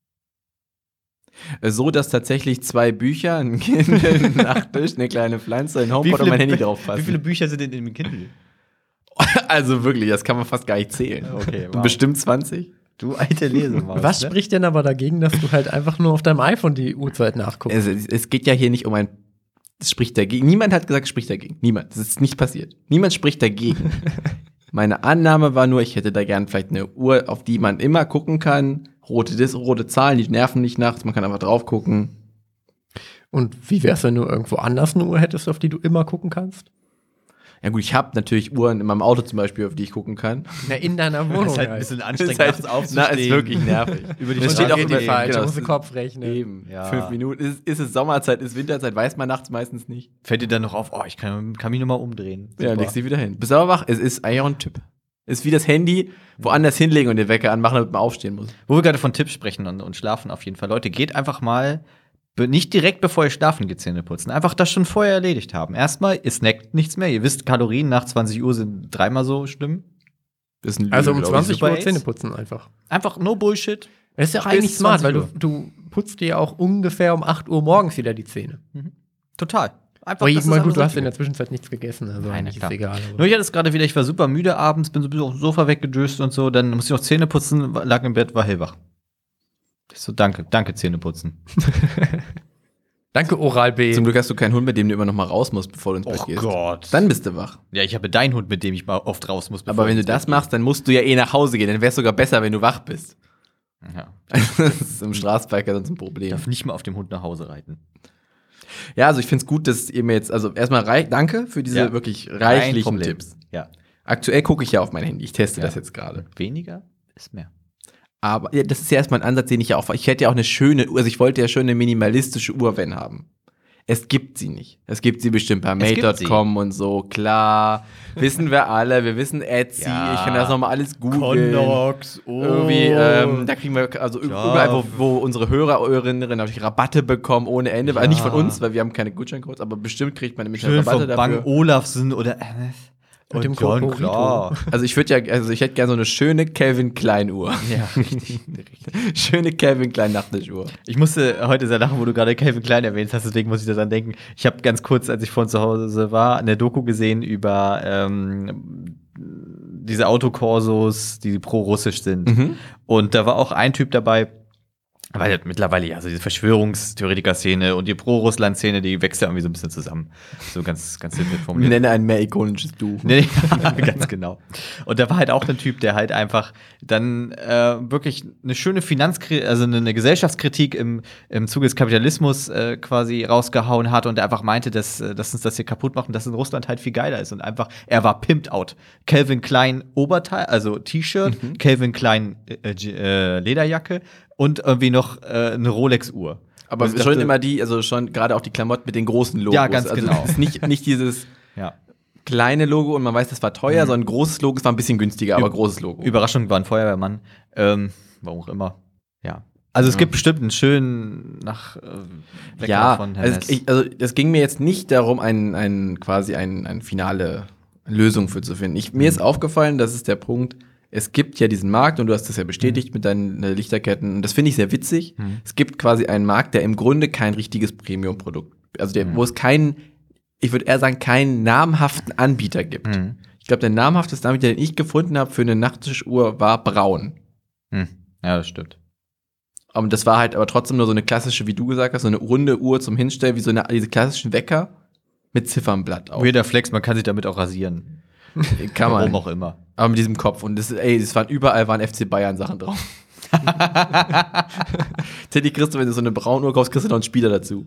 So, dass tatsächlich 2 Bücher, ein Kindle, ein Nachttisch, eine kleine Pflanze, ein HomePod und mein Handy drauf passen. Wie viele Bücher sind denn in dem Kindle? Also wirklich, das kann man fast gar nicht zählen. Okay, wow. Bestimmt 20. Du alte Lesemaus. Was ne? spricht denn aber dagegen, dass du halt einfach nur auf deinem iPhone die Uhrzeit nachguckst? Es geht ja hier nicht um es spricht dagegen. Niemand hat gesagt, es spricht dagegen. Niemand. Das ist nicht passiert. Niemand spricht dagegen. Meine Annahme war nur, ich hätte da gern vielleicht eine Uhr, auf die man immer gucken kann. Rote Zahlen, die nerven nicht nachts, man kann einfach drauf gucken. Und wie wär's, wenn du irgendwo anders eine Uhr hättest, auf die du immer gucken kannst? Ja gut, ich habe natürlich Uhren in meinem Auto zum Beispiel, auf die ich gucken kann. Na, in deiner Wohnung. Das ist halt ein bisschen anstrengend, Ist halt- nachts aufzustehen. ist wirklich nervig. Über die Das Straße steht auch geht immer die falsch, genau, musst du es ist- Kopf rechnen. Eben, Ja. 5 Minuten. Ist es Sommerzeit, ist Winterzeit, weiß man nachts meistens nicht. Fällt dir dann noch auf, ich kann mich nochmal umdrehen. Ja, Super. legst dich wieder hin. Bist aber wach, es ist eigentlich auch ein Tipp. Ist wie das Handy, woanders hinlegen und den Wecker anmachen, damit man aufstehen muss. Wo wir gerade von Tipps sprechen und schlafen auf jeden Fall. Leute, geht einfach mal, nicht direkt bevor ihr schlafen geht, Zähne putzen. Einfach das schon vorher erledigt haben. Erstmal, ihr snackt nichts mehr. Ihr wisst, Kalorien nach 20 Uhr sind dreimal so schlimm. Das ist ein Also um Lüge, glaub ich. 20 super Uhr ist. Zähne putzen einfach. Einfach no Bullshit. Das ist ja Bis eigentlich smart, 20 weil Uhr. du putzt dir ja auch ungefähr um 8 Uhr morgens wieder die Zähne. Total. Einfach, Aber das ist mal einfach gut, so du hast in viel. der Zwischenzeit nichts gegessen, also Nein, eigentlich klar. ist egal. Nur ich hatte es gerade wieder, ich war super müde abends, bin so ein bisschen auf dem Sofa weggedöst und so, dann musste ich noch Zähne putzen, lag im Bett, war hellwach. Ich so, danke Zähne putzen. Danke, Oral B. Zum Glück hast du keinen Hund, mit dem du immer noch mal raus musst, bevor du ins Bett Oh gehst. Gott. Dann bist du wach. Ja, ich habe deinen Hund, mit dem ich mal oft raus muss. bevor Aber wenn ich du ins das Bett machst, dann musst du ja nach Hause gehen. Dann wäre es sogar besser, wenn du wach bist. gehe. Ja. Das ist im Straßenverkehr sonst ein Ich Problem. darf nicht mal auf dem Hund nach Hause reiten. Ja, also ich finde es gut, dass ihr mir jetzt, also erstmal danke für diese Ja. wirklich Kein reichlichen Problem. Tipps. Ja. Aktuell gucke ich ja auf mein Handy. Ich teste das Ja. jetzt gerade. Weniger ist mehr. Aber ja, das ist ja erstmal ein Ansatz, den ich ja auch. Ich hätte ja auch eine schöne Uhr, also ich wollte ja schon eine minimalistische Uhr, wenn haben. Es gibt sie nicht. Es gibt sie bestimmt bei Es gibt Mate.com und so, klar. Wissen wir alle, wir wissen Etsy, Ja. ich kann das nochmal alles googeln. oh. Irgendwie, da kriegen wir, also überall, wo unsere Hörerinnen natürlich Rabatte bekommen ohne Ende. Ja. Also nicht von uns, weil wir haben keine Gutscheincodes, aber bestimmt kriegt man nämlich Schön Rabatte von dafür. Bang Olafsen oder Mit dem John, Kokorito. klar. Also ich hätte gerne so eine schöne Calvin Klein Uhr. Ja, richtig. Schöne Calvin Klein Nachttischuhr. Ich musste heute sehr lachen, wo du gerade Calvin Klein erwähnt hast, deswegen muss ich daran denken. Ich habe ganz kurz, als ich vorhin zu Hause war, eine Doku gesehen über diese Autokorsos, die pro-russisch sind. Und da war auch ein Typ dabei, weil mittlerweile ja so diese Verschwörungstheoretiker-Szene und die Pro-Russland-Szene, die wächst ja irgendwie so ein bisschen zusammen. So ganz simpel formuliert. Nenne ein mehr ikonisches Du. Nee, ganz genau. Und da war halt auch ein Typ, der halt einfach dann wirklich eine schöne also eine Gesellschaftskritik im Zuge des Kapitalismus quasi rausgehauen hat und der einfach meinte, dass uns das hier kaputt macht und dass in Russland halt viel geiler ist. Und einfach, er war pimped out. Calvin Klein Oberteil, also T-Shirt, Calvin Klein Lederjacke und irgendwie noch eine Rolex-Uhr. Aber Und ich schon dachte- immer also schon gerade auch die Klamotten mit den großen Logos. Ja, ganz also genau. Es ist nicht dieses Ja. kleine Logo und man weiß, das war teuer, sondern ein großes Logo, es war ein bisschen günstiger, aber großes Logo. Überraschung, war ein Feuerwehrmann. Warum auch immer. Ja. Also es gibt bestimmt einen schönen Wecker Ja, von also Hermes. es ging mir jetzt nicht darum, quasi eine finale Lösung für zu finden. Mir ist aufgefallen, das ist der Punkt, es gibt ja diesen Markt und du hast das ja bestätigt mit deinen Lichterketten und das finde ich sehr witzig. Es gibt quasi einen Markt, der im Grunde kein richtiges Premium-Produkt, also wo es ich würde eher sagen, keinen namhaften Anbieter gibt. Ich glaube, der namhafteste Anbieter, den ich gefunden habe für eine Nachttischuhr, war Braun. Ja, das stimmt. Und das war halt aber trotzdem nur so eine klassische, wie du gesagt hast, so eine runde Uhr zum Hinstellen, wie so diese klassischen Wecker mit Ziffernblatt auch. Weirder Flex, man kann sich damit auch rasieren. Kann man. Warum auch immer. Aber mit diesem Kopf. Und überall waren FC Bayern Sachen drauf. Teddy kriegst du, wenn du so eine Braunuhr kaufst, kriegst du noch einen Spieler dazu.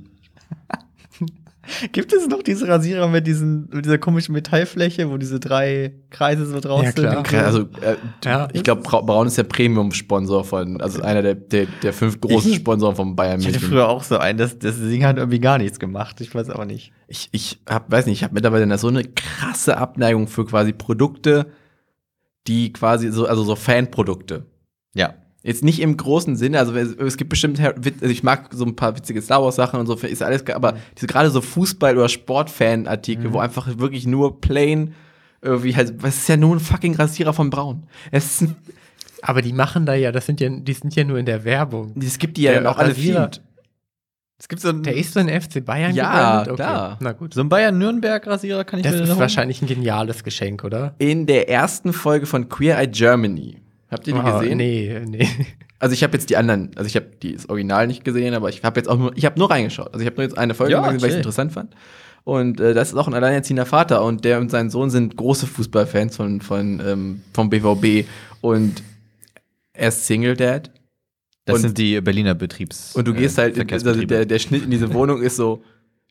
Gibt es noch diese Rasierer mit dieser komischen Metallfläche, wo diese 3 Kreise so drauf Ja, klar. sind? Also, Ja. ich glaube, Braun ist der Premium-Sponsor also einer der 5 großen Sponsoren von Bayern Ich hatte München. früher auch so einen, das Ding hat irgendwie gar nichts gemacht. Ich weiß auch nicht. Ich habe mittlerweile so eine krasse Abneigung für quasi Produkte, die quasi so Fanprodukte. Ja. Jetzt nicht im großen Sinne, also es gibt bestimmt, ich mag so ein paar witzige Star Wars Sachen und so, ist alles, aber diese gerade so Fußball- oder Sportfan-Artikel, wo einfach wirklich nur plain irgendwie halt, was ist ja nur ein fucking Rasierer von Braun. Es Aber die machen da ja, die sind ja nur in der Werbung. gibt die ja Der dann auch alle Rasierer- viel. Es gibt so Der ist so ein FC Bayern Ja, gebrandet? klar. Na gut. so ein Bayern-Nürnberg-Rasierer kann ich Das mir ist noch wahrscheinlich ein geniales Geschenk, oder? In der ersten Folge von Queer Eye Germany. Habt ihr die gesehen? Nee. Also ich habe jetzt die anderen, also ich habe das Original nicht gesehen, aber ich habe nur reingeschaut. Also ich habe nur jetzt eine Folge Ja, gesehen, weil ich es chill. interessant fand. Und das ist auch ein alleinerziehender Vater und der und sein Sohn sind große Fußballfans vom BVB und er ist Single Dad. Das und- sind die Berliner Betriebs. Und du gehst halt, Verkehrsbetriebe. der Schnitt in diese Wohnung ist so,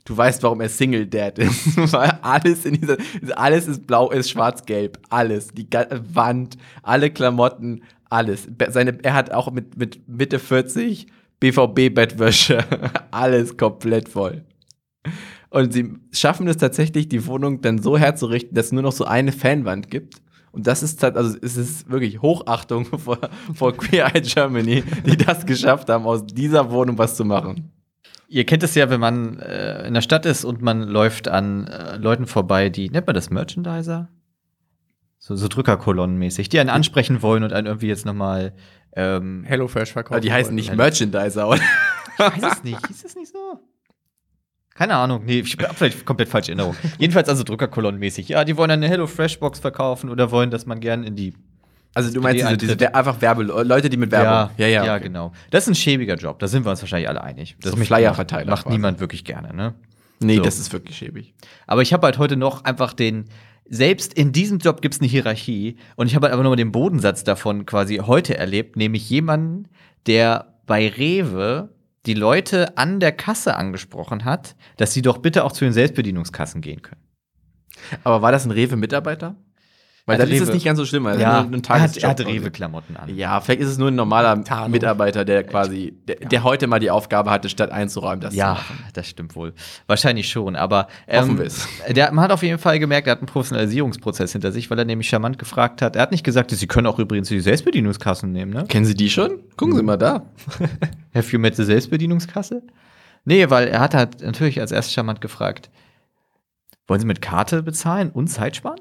Du weißt, warum er Single Dad ist. Weil alles ist blau, ist schwarz-gelb. Alles. Die Wand, alle Klamotten, alles. Er hat auch mit Mitte 40 BVB-Bettwäsche. Alles komplett voll. Und sie schaffen es tatsächlich, die Wohnung dann so herzurichten, dass es nur noch so eine Fanwand gibt. Und das ist also es ist wirklich Hochachtung vor Queer Eye Germany, die das geschafft haben, aus dieser Wohnung was zu machen. Ihr kennt es ja, wenn man in der Stadt ist und man läuft an Leuten vorbei, die, nennt man das Merchandiser? So Drückerkolonnenmäßig, die einen ansprechen wollen und einen irgendwie jetzt nochmal HelloFresh verkaufen. Aber die heißen nicht Merchandiser, oder? Ich weiß es nicht. Hieß es nicht so? Keine Ahnung. Nee, ich habe vielleicht komplett falsche Erinnerung. Jedenfalls also Drückerkolonnenmäßig. Ja, die wollen eine HelloFresh-Box verkaufen oder wollen, dass man gern in die. Also du meinst einfach Leute, die mit Werbung. Ja, okay. Genau. Das ist ein schäbiger Job. Da sind wir uns wahrscheinlich alle einig. Das so Flyer-Verteiler macht niemand wirklich gerne, ne? Nee, so. Das ist wirklich schäbig. Aber ich habe halt heute noch einfach selbst in diesem Job gibt es eine Hierarchie. Und ich habe halt aber nochmal den Bodensatz davon quasi heute erlebt, nämlich jemanden, der bei Rewe die Leute an der Kasse angesprochen hat, dass sie doch bitte auch zu den Selbstbedienungskassen gehen können. Aber war das ein Rewe-Mitarbeiter? Weil dann ist es nicht ganz so schlimm. Also ja, er hatte Rewe-Klamotten an. Ja, vielleicht ist es nur ein normaler Mitarbeiter, der quasi, der heute mal die Aufgabe hatte, statt einzuräumen, das zu machen. Ja, das stimmt wohl. Wahrscheinlich schon, aber hoffen wir es. Man hat auf jeden Fall gemerkt, er hat einen Professionalisierungsprozess hinter sich, weil er nämlich charmant gefragt hat. Er hat nicht gesagt, Sie können auch übrigens die Selbstbedienungskassen nehmen, ne? Kennen Sie die schon? Gucken Sie mal da. Have you met the Selbstbedienungskasse? Nee, weil er hat halt natürlich als erstes charmant gefragt, wollen Sie mit Karte bezahlen und Zeit sparen?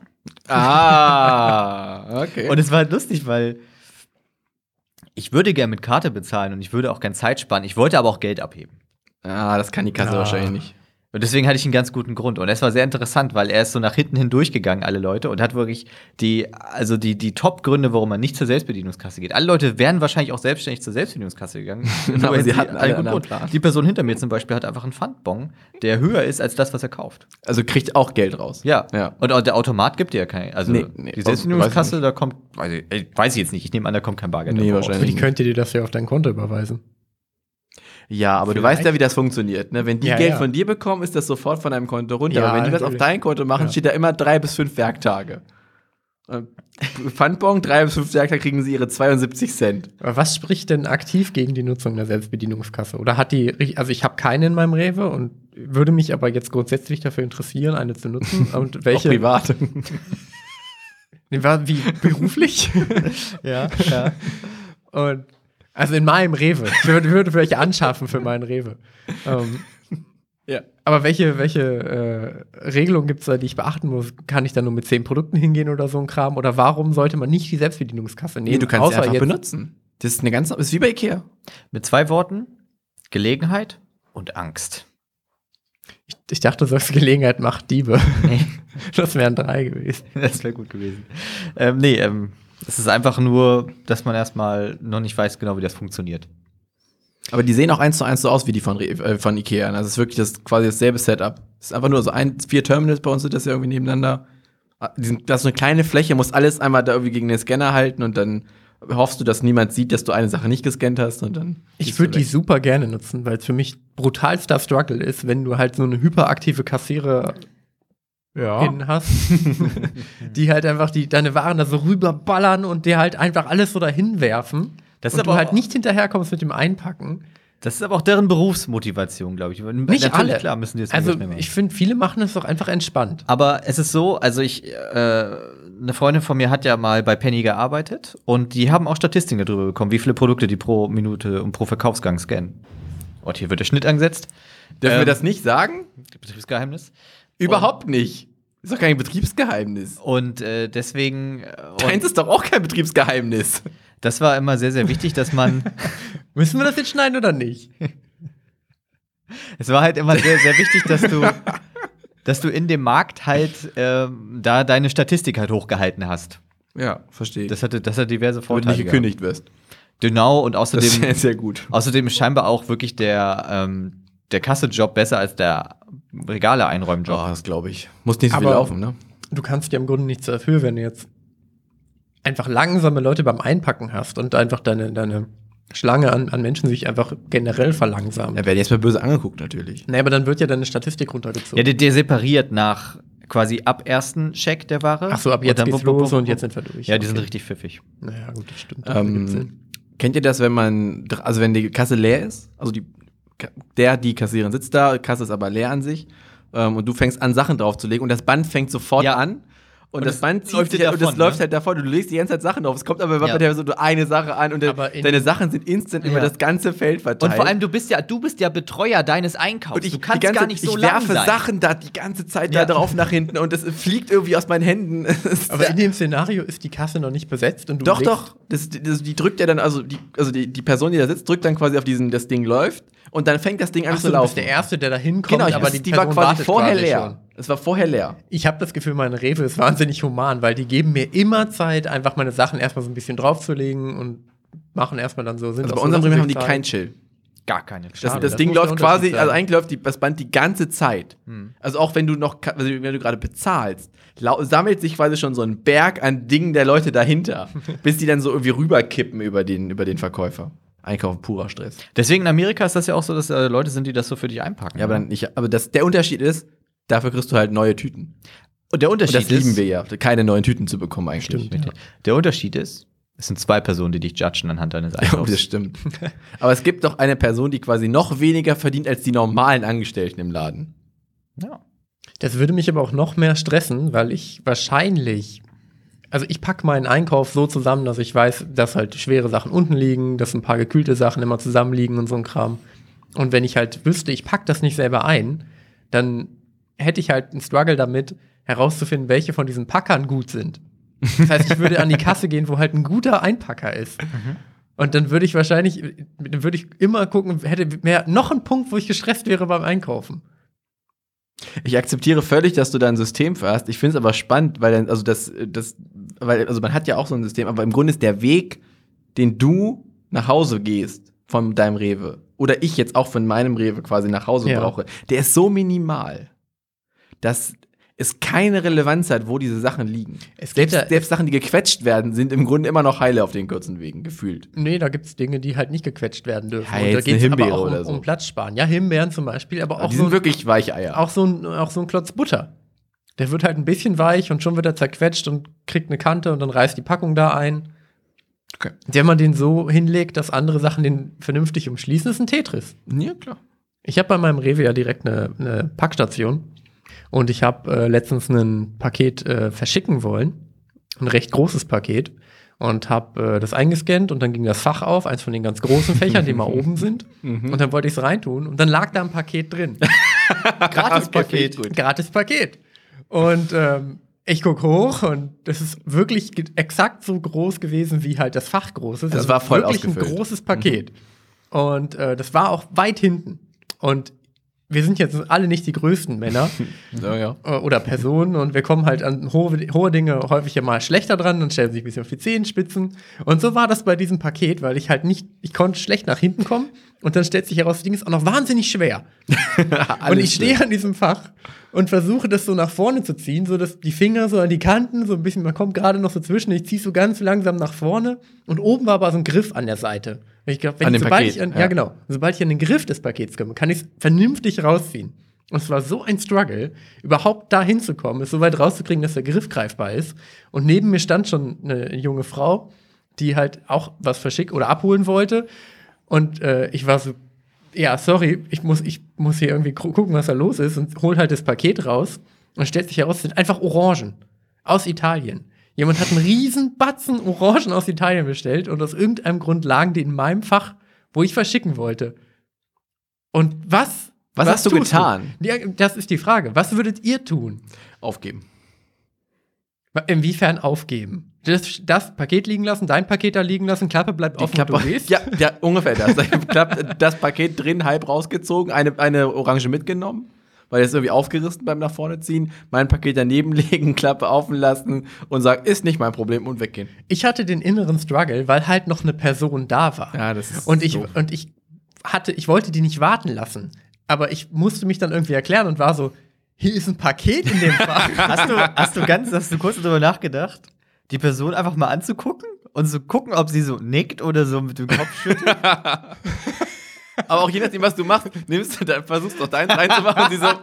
Okay. Und es war halt lustig, weil ich würde gerne mit Karte bezahlen und ich würde auch gerne Zeit sparen. Ich wollte aber auch Geld abheben. Das kann die Kasse wahrscheinlich nicht. Und deswegen hatte ich einen ganz guten Grund. Und es war sehr interessant, weil er ist so nach hinten hin durchgegangen, alle Leute, und hat wirklich die Top-Gründe, warum man nicht zur Selbstbedienungskasse geht. Alle Leute wären wahrscheinlich auch selbstständig zur Selbstbedienungskasse gegangen. Aber sie hatten alle einen Plan. Die Person hinter mir zum Beispiel hat einfach einen Pfandbon, der höher ist als das, was er kauft. Also kriegt auch Geld raus. Ja. Und der Automat gibt dir ja kein. Also nee, die Selbstbedienungskasse, da kommt, weiß ich jetzt nicht. Ich nehme an, da kommt kein Bargeld. Nee, wahrscheinlich. Ich könnte dir das ja auf dein Konto überweisen. Ja, aber du weißt ja, wie das funktioniert. Ne? Wenn die Geld von dir bekommen, ist das sofort von deinem Konto runter. Ja, aber wenn die das auf dein Konto machen, steht da immer 3 bis 5 Werktage. Pfandbon, 3 bis 5 Werktage kriegen sie ihre 72 Cent. Aber was spricht denn aktiv gegen die Nutzung der Selbstbedienungskasse? Oder hat also ich habe keine in meinem Rewe und würde mich aber jetzt grundsätzlich dafür interessieren, eine zu nutzen. Und welche? Auch privat. Wie beruflich? Ja. Und also in meinem Rewe. Ich würde welche anschaffen für meinen Rewe. Ja. Aber welche Regelung gibt es da, die ich beachten muss? Kann ich da nur mit 10 Produkten hingehen oder so ein Kram? Oder warum sollte man nicht die Selbstbedienungskasse nehmen? Nee, du kannst sie einfach benutzen. Das ist ist wie bei Ikea. Mit 2 Worten: Gelegenheit und Angst. Ich dachte, du sagst, Gelegenheit macht Diebe. Nee. Das wären 3 gewesen. Das wäre gut gewesen. Es ist einfach nur, dass man erstmal noch nicht weiß genau, wie das funktioniert. Aber die sehen auch 1:1 so aus wie die von Ikea. Also es ist wirklich quasi dasselbe Setup. Es ist einfach nur so 4 Terminals, bei uns sind das ja irgendwie nebeneinander. Das ist so eine kleine Fläche, musst alles einmal da irgendwie gegen den Scanner halten und dann hoffst du, dass niemand sieht, dass du eine Sache nicht gescannt hast und dann. Ich würde die super gerne nutzen, weil es für mich brutalster Struggle ist, wenn du halt so eine hyperaktive Kassiererin hast, die halt einfach deine Waren da so rüberballern und dir halt einfach alles so dahin werfen. Das und ist du aber halt nicht hinterherkommst mit dem Einpacken. Das ist aber auch deren Berufsmotivation, glaube ich. Nicht natürlich, alle. Klar, müssen die das also ich finde, viele machen es doch einfach entspannt. Aber es ist so, also eine Freundin von mir hat ja mal bei Penny gearbeitet und die haben auch Statistiken darüber bekommen, wie viele Produkte die pro Minute und pro Verkaufsgang scannen. Und hier wird der Schnitt angesetzt. Dürfen wir das nicht sagen? Betriebsgeheimnis? Überhaupt nicht. Ist doch kein Betriebsgeheimnis. Und deswegen. Deins ist doch auch kein Betriebsgeheimnis. Das war immer sehr, sehr wichtig, dass man. Müssen wir das jetzt schneiden oder nicht? Es war halt immer sehr, sehr wichtig, dass du in dem Markt halt da deine Statistik halt hochgehalten hast. Ja, verstehe. Das hat diverse Vorteile. Und nicht gekündigt wirst. Genau, und außerdem. Das ist sehr gut. Außerdem ist scheinbar auch wirklich der Kassejob besser als der Regale einräumen-Job. Oh, das glaube ich. Muss nicht so viel laufen, ne? Du kannst ja im Grunde nichts dafür, wenn du jetzt einfach langsame Leute beim Einpacken hast und einfach deine Schlange an Menschen sich einfach generell verlangsamt. Da werden jetzt mal böse angeguckt, natürlich. Nee, aber dann wird ja deine Statistik runtergezogen. Ja, der separiert nach quasi ab ersten Check der Ware. Ach so, ab jetzt geht's los und jetzt sind wir durch. Ja, die sind richtig pfiffig. Naja, gut, das stimmt. Kennt ihr das, wenn die Kasse leer ist? Also die Kassiererin sitzt da, Kasse ist aber leer an sich und du fängst an, Sachen draufzulegen und das Band fängt sofort an. Und das Band läuft halt davon. Du legst die ganze Zeit Sachen drauf. Es kommt aber bei der so eine Sache an und deine Sachen sind instant über das ganze Feld verteilt. Und vor allem, du bist ja Betreuer deines Einkaufs. Und du kannst gar nicht so lang sein. Ich werfe Sachen da die ganze Zeit da drauf nach hinten und es fliegt irgendwie aus meinen Händen. Aber in dem Szenario ist die Kasse noch nicht besetzt und du Doch. Die drückt ja dann, die Person, die da sitzt, drückt dann quasi auf das Ding läuft und dann fängt das Ding an zu laufen. Du bist der Erste, der da hinkommt, genau, aber die war quasi vorher leer. Es war vorher leer. Ich habe das Gefühl, meine Rewe ist wahnsinnig human, weil die geben mir immer Zeit, einfach meine Sachen erstmal so ein bisschen draufzulegen und machen erstmal dann so. Also bei unserem Rewe haben die keinen Chill. Gar keine. Das Ding läuft quasi, also eigentlich läuft das Band die ganze Zeit. Also auch wenn du gerade bezahlst, sammelt sich quasi schon so ein Berg an Dingen der Leute dahinter, bis die dann so irgendwie rüberkippen über den Verkäufer. Einkaufen purer Stress. Deswegen in Amerika ist das ja auch so, dass Leute sind, die das so für dich einpacken. Ja, aber der Unterschied ist, dafür kriegst du halt neue Tüten. Und der Unterschied das lieben wir ja, keine neuen Tüten zu bekommen eigentlich. Stimmt, ja. Der Unterschied ist, es sind zwei Personen, die dich judgen anhand deines Einkaufs. Das stimmt. Aber es gibt doch eine Person, die quasi noch weniger verdient als die normalen Angestellten im Laden. Ja. Das würde mich aber auch noch mehr stressen, weil ich wahrscheinlich, also ich packe meinen Einkauf so zusammen, dass ich weiß, dass halt schwere Sachen unten liegen, dass ein paar gekühlte Sachen immer zusammenliegen und so ein Kram. Und wenn ich halt wüsste, ich packe das nicht selber ein, dann hätte ich halt einen Struggle damit, herauszufinden, welche von diesen Packern gut sind. Das heißt, ich würde an die Kasse gehen, wo halt ein guter Einpacker ist. Und dann würde ich immer gucken, hätte noch einen Punkt, wo ich gestresst wäre beim Einkaufen. Ich akzeptiere völlig, dass du da ein System fährst. Ich finde es aber spannend, weil man hat ja auch so ein System, aber im Grunde ist der Weg, den du nach Hause gehst von deinem Rewe oder ich jetzt auch von meinem Rewe quasi nach Hause brauche, der ist so minimal, dass es keine Relevanz hat, wo diese Sachen liegen. Selbst Sachen, die gequetscht werden, sind im Grunde immer noch heile auf den kurzen Wegen, gefühlt. Nee, da gibt es Dinge, die halt nicht gequetscht werden dürfen. Ja, und da geht es aber auch oder so. um Platz sparen. Ja, Himbeeren zum Beispiel, aber auch die sind wirklich Weicheier. Auch so ein Klotz Butter. Der wird halt ein bisschen weich und schon wird er zerquetscht und kriegt eine Kante und dann reißt die Packung da ein. Okay. Wenn man den so hinlegt, dass andere Sachen den vernünftig umschließen, ist ein Tetris. Ja, klar. Ich habe bei meinem Rewe ja direkt eine Packstation. Und ich habe letztens ein Paket verschicken wollen, ein recht großes Paket, und habe das eingescannt und dann ging das Fach auf, eins von den ganz großen Fächern, die mal oben sind. Und dann wollte ich es reintun und dann lag da ein Paket drin. Gratis-Paket. Okay, Gratis-Paket. Und ich gucke hoch und das ist wirklich exakt so groß gewesen, wie halt das Fach groß ist. Das war voll wirklich ausgefüllt. Ein großes Paket. Und das war auch weit hinten. Und wir sind jetzt alle nicht die größten Männer oder Personen und wir kommen halt an hohe Dinge häufig ja mal schlechter dran, dann stellen sie sich ein bisschen auf die Zehenspitzen. Und so war das bei diesem Paket, weil ich konnte schlecht nach hinten kommen und dann stellt sich heraus, das Ding ist auch noch wahnsinnig schwer. Und ich stehe an diesem Fach und versuche das so nach vorne zu ziehen, so dass die Finger so an die Kanten, so ein bisschen, man kommt gerade noch so zwischen, ich ziehe so ganz langsam nach vorne und oben war aber so ein Griff an der Seite. Ich glaube, sobald ich an den Griff des Pakets komme, kann ich es vernünftig rausziehen. Und es war so ein Struggle, überhaupt da hinzukommen, es so weit rauszukriegen, dass der Griff greifbar ist. Und neben mir stand schon eine junge Frau, die halt auch was verschicken oder abholen wollte. Und ich war so, ja, sorry, ich muss hier irgendwie gucken, was da los ist und hol halt das Paket raus. Und stellt sich heraus, es sind einfach Orangen aus Italien. Jemand hat einen riesen Batzen Orangen aus Italien bestellt und aus irgendeinem Grund lagen die in meinem Fach, wo ich verschicken wollte. Und was hast du getan? Ja, das ist die Frage. Was würdet ihr tun? Aufgeben. Inwiefern aufgeben? Das Paket liegen lassen, dein Paket da liegen lassen, Klappe bleibt offen, Klappe, und du gehst? Ja, ungefähr das. Das Paket drin, halb rausgezogen, eine Orange mitgenommen, weil es irgendwie aufgerissen beim nach vorne ziehen, mein Paket daneben legen, Klappe offen lassen und sagen, ist nicht mein Problem und weggehen. Ich hatte den inneren Struggle, weil halt noch eine Person da war. Ja, das ist und ich wollte die nicht warten lassen, aber ich musste mich dann irgendwie erklären und war so, hier ist ein Paket in dem Fach. Hast du kurz darüber nachgedacht, die Person einfach mal anzugucken und so gucken, ob sie so nickt oder so mit dem Kopf schüttelt. Aber auch je nachdem, was du machst, versuchst du doch deins reinzumachen und sie so.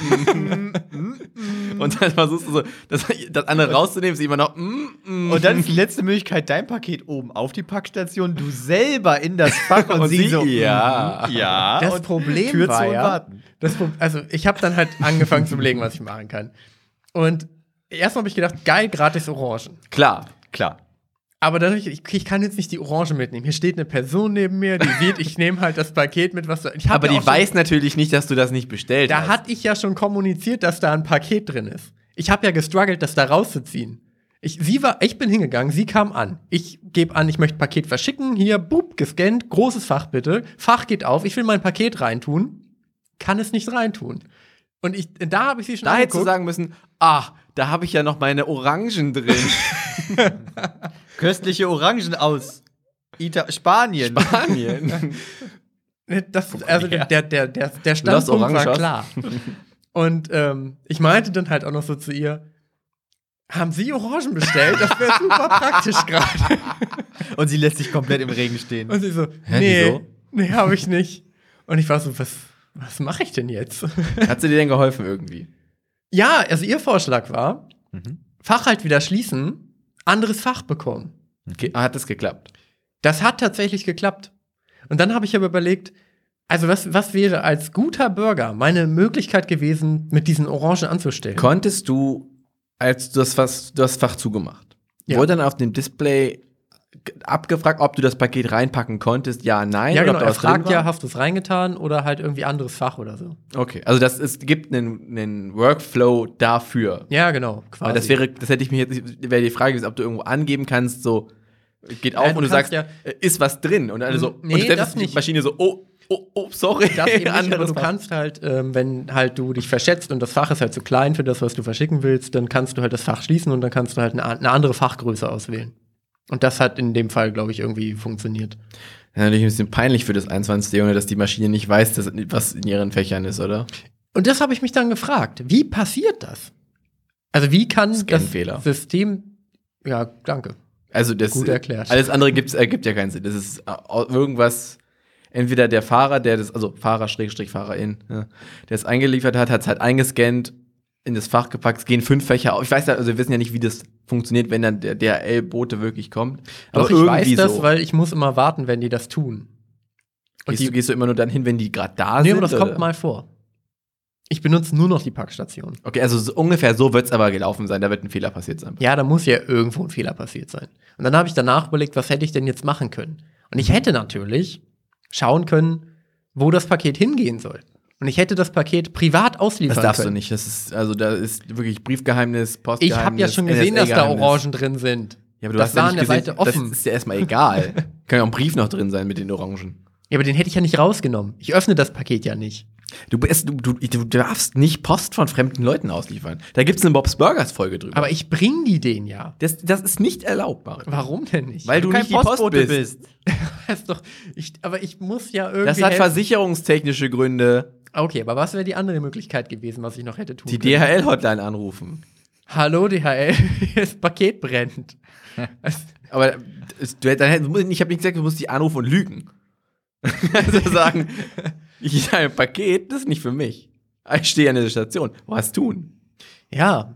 Und dann versuchst du so, das andere rauszunehmen, sie immer noch. Und dann ist die letzte Möglichkeit, dein Paket oben auf die Packstation, du selber in das Fach und sie so. Ja. Das Problem Tür war zu und ja, warten. also ich habe dann halt angefangen zu überlegen, was ich machen kann. Und erstmal habe ich gedacht, geil, gratis Orangen. Klar. Aber dadurch, ich kann jetzt nicht die Orange mitnehmen. Hier steht eine Person neben mir, die sieht, ich nehme halt das Paket mit, was du. Aber die weiß natürlich nicht, dass du das nicht bestellt hast. Da hatte ich ja schon kommuniziert, dass da ein Paket drin ist. Ich habe ja gestruggelt, das da rauszuziehen. Ich bin hingegangen, sie kam an. Ich gebe an, ich möchte Paket verschicken. Hier, boop, gescannt, großes Fach bitte. Fach geht auf, ich will mein Paket reintun. Kann es nicht reintun. Und da habe ich sie schon Da hättest du angeguckt. sagen müssen, da habe ich ja noch meine Orangen drin. Köstliche Orangen aus Spanien. Der Standpunkt war klar. Und ich meinte dann halt auch noch so zu ihr, haben Sie Orangen bestellt? Das wäre super praktisch gerade. Und sie lässt sich komplett im Regen stehen. Und sie so, wieso? nee, habe ich nicht. Und ich war so, was mache ich denn jetzt? Hat sie dir denn geholfen irgendwie? Ja, also ihr Vorschlag war, Fach halt wieder schließen, anderes Fach bekommen. Okay. Hat das geklappt? Das hat tatsächlich geklappt. Und dann habe ich aber überlegt, also was wäre als guter Bürger meine Möglichkeit gewesen, mit diesen Orangen anzustellen? Konntest du, als du das Fach zugemacht, wurde dann auf dem Display abgefragt, ob du das Paket reinpacken konntest, ja, nein? Ja, oder genau, ob da er was drin fragt war? ja, hast du es reingetan oder halt irgendwie anderes Fach oder so. Okay, also gibt einen Workflow dafür. Ja, genau, quasi. Weil das hätte ich mir jetzt, wäre die Frage gewesen, ob du irgendwo angeben kannst, so, geht auf und du sagst, ist was drin? Und alle so, Nee, und selbst das die nicht. Maschine so, oh, sorry. Das eben nicht, aber Anderes du Fach. kannst halt, wenn halt du dich verschätzt und das Fach ist halt zu klein für das, was du verschicken willst, dann kannst du halt das Fach schließen und dann kannst du halt eine andere Fachgröße auswählen. Und das hat in dem Fall, glaube ich, irgendwie funktioniert. Ja, natürlich ein bisschen peinlich für das 21. Jahrhundert, dass die Maschine nicht weiß, was in ihren Fächern ist, oder? Und das habe ich mich dann gefragt. Wie passiert das? Also wie kann Scan-Fehler. das System. Ja, danke. Also das Gut erklärt. Alles andere ergibt ja keinen Sinn. Das ist irgendwas, entweder der Fahrer, Fahrer/Fahrerin, ja, der es eingeliefert hat, hat es halt eingescannt, in das Fach gepackt, es gehen 5 Fächer auf. Ich weiß ja, also wir wissen ja nicht, wie das funktioniert, wenn dann der DHL-Bote wirklich kommt. Doch, ich weiß das, weil ich muss immer warten, wenn die das tun. Und Gehst du immer nur dann hin, wenn die gerade da nee, sind? aber das oder? kommt mal vor. Ich benutze nur noch die Packstation. Okay, also ungefähr so wird es aber gelaufen sein. Da wird ein Fehler passiert sein. Ja, da muss ja irgendwo ein Fehler passiert sein. Und dann habe ich danach überlegt, was hätte ich denn jetzt machen können? Und ich hätte natürlich schauen können, wo das Paket hingehen soll. Und ich hätte das Paket privat ausliefern können. Das darfst du nicht. Da ist wirklich Briefgeheimnis, Postgeheimnis. Ich habe ja schon gesehen, dass da NSA-Geheimnis. Orangen drin sind. Ja, aber du Das hast ja war nicht an der gesehen, Seite offen. Das ist ja erstmal egal. Kann ja auch ein Brief noch drin sein mit den Orangen. Ja, aber den hätte ich ja nicht rausgenommen. Ich öffne das Paket ja nicht. Du darfst nicht Post von fremden Leuten ausliefern. Da gibt's eine Bob's Burgers Folge drüber. Aber ich bring die denen ja. Das ist nicht erlaubt, Mario. Warum denn nicht? Weil du kein nicht die Post Postbote bist. Das ist doch, aber ich muss ja irgendwie. Das hat helfen. versicherungstechnische Gründe. Okay, aber was wäre die andere Möglichkeit gewesen, was ich noch hätte tun Die können? DHL-Hotline anrufen. Hallo DHL, das Paket brennt. Aber ich habe nicht gesagt, du musst die anrufen und lügen. Also sagen, ich habe ein Paket, das ist nicht für mich. Ich stehe an der Station. Was tun? Ja.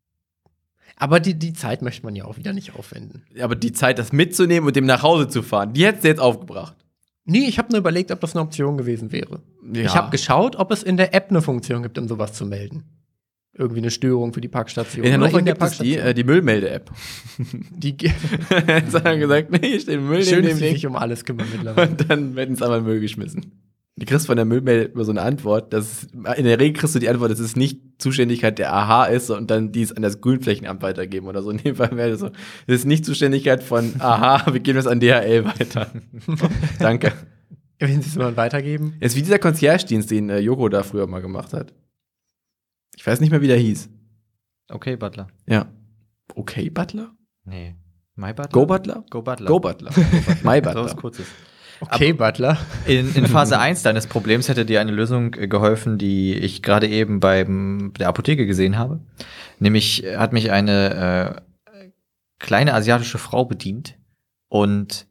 Aber die Zeit möchte man ja auch wieder nicht aufwenden. Aber die Zeit, das mitzunehmen und dem nach Hause zu fahren, die hättest du jetzt aufgebracht. Nee, ich habe nur überlegt, ob das eine Option gewesen wäre. Ja. Ich habe geschaut, ob es in der App eine Funktion gibt, um sowas zu melden. Irgendwie eine Störung für die Packstation. In Hannover Oder gibt es die Müllmelde-App. Die Jetzt haben wir gesagt, nee, hier steht Müll schön, neben dass dem sie Ding. sich um alles kümmern mittlerweile. Und dann werden es aber in den Müll geschmissen. Du kriegst von der Müllmelde immer so eine Antwort. In der Regel kriegst du die Antwort, dass es nicht Zuständigkeit der AHA ist und dann die es an das Grünflächenamt weitergeben oder so. In dem Fall wäre das so, das ist nicht Zuständigkeit von AHA, wir geben das an DHL weiter. Danke. Wenn sie es mal weitergeben. Es ist wie dieser Concierge-Dienst, den Joko da früher mal gemacht hat. Ich weiß nicht mehr, wie der hieß. Okay, Butler. Ja. Okay, Butler? Nee. My Butler? Go Butler? Go Butler. Go Butler. My So was Butler. Kurzes. Okay, Butler. In Phase 1 deines Problems hätte dir eine Lösung geholfen, die ich gerade eben bei der Apotheke gesehen habe. Nämlich hat mich eine kleine asiatische Frau bedient Und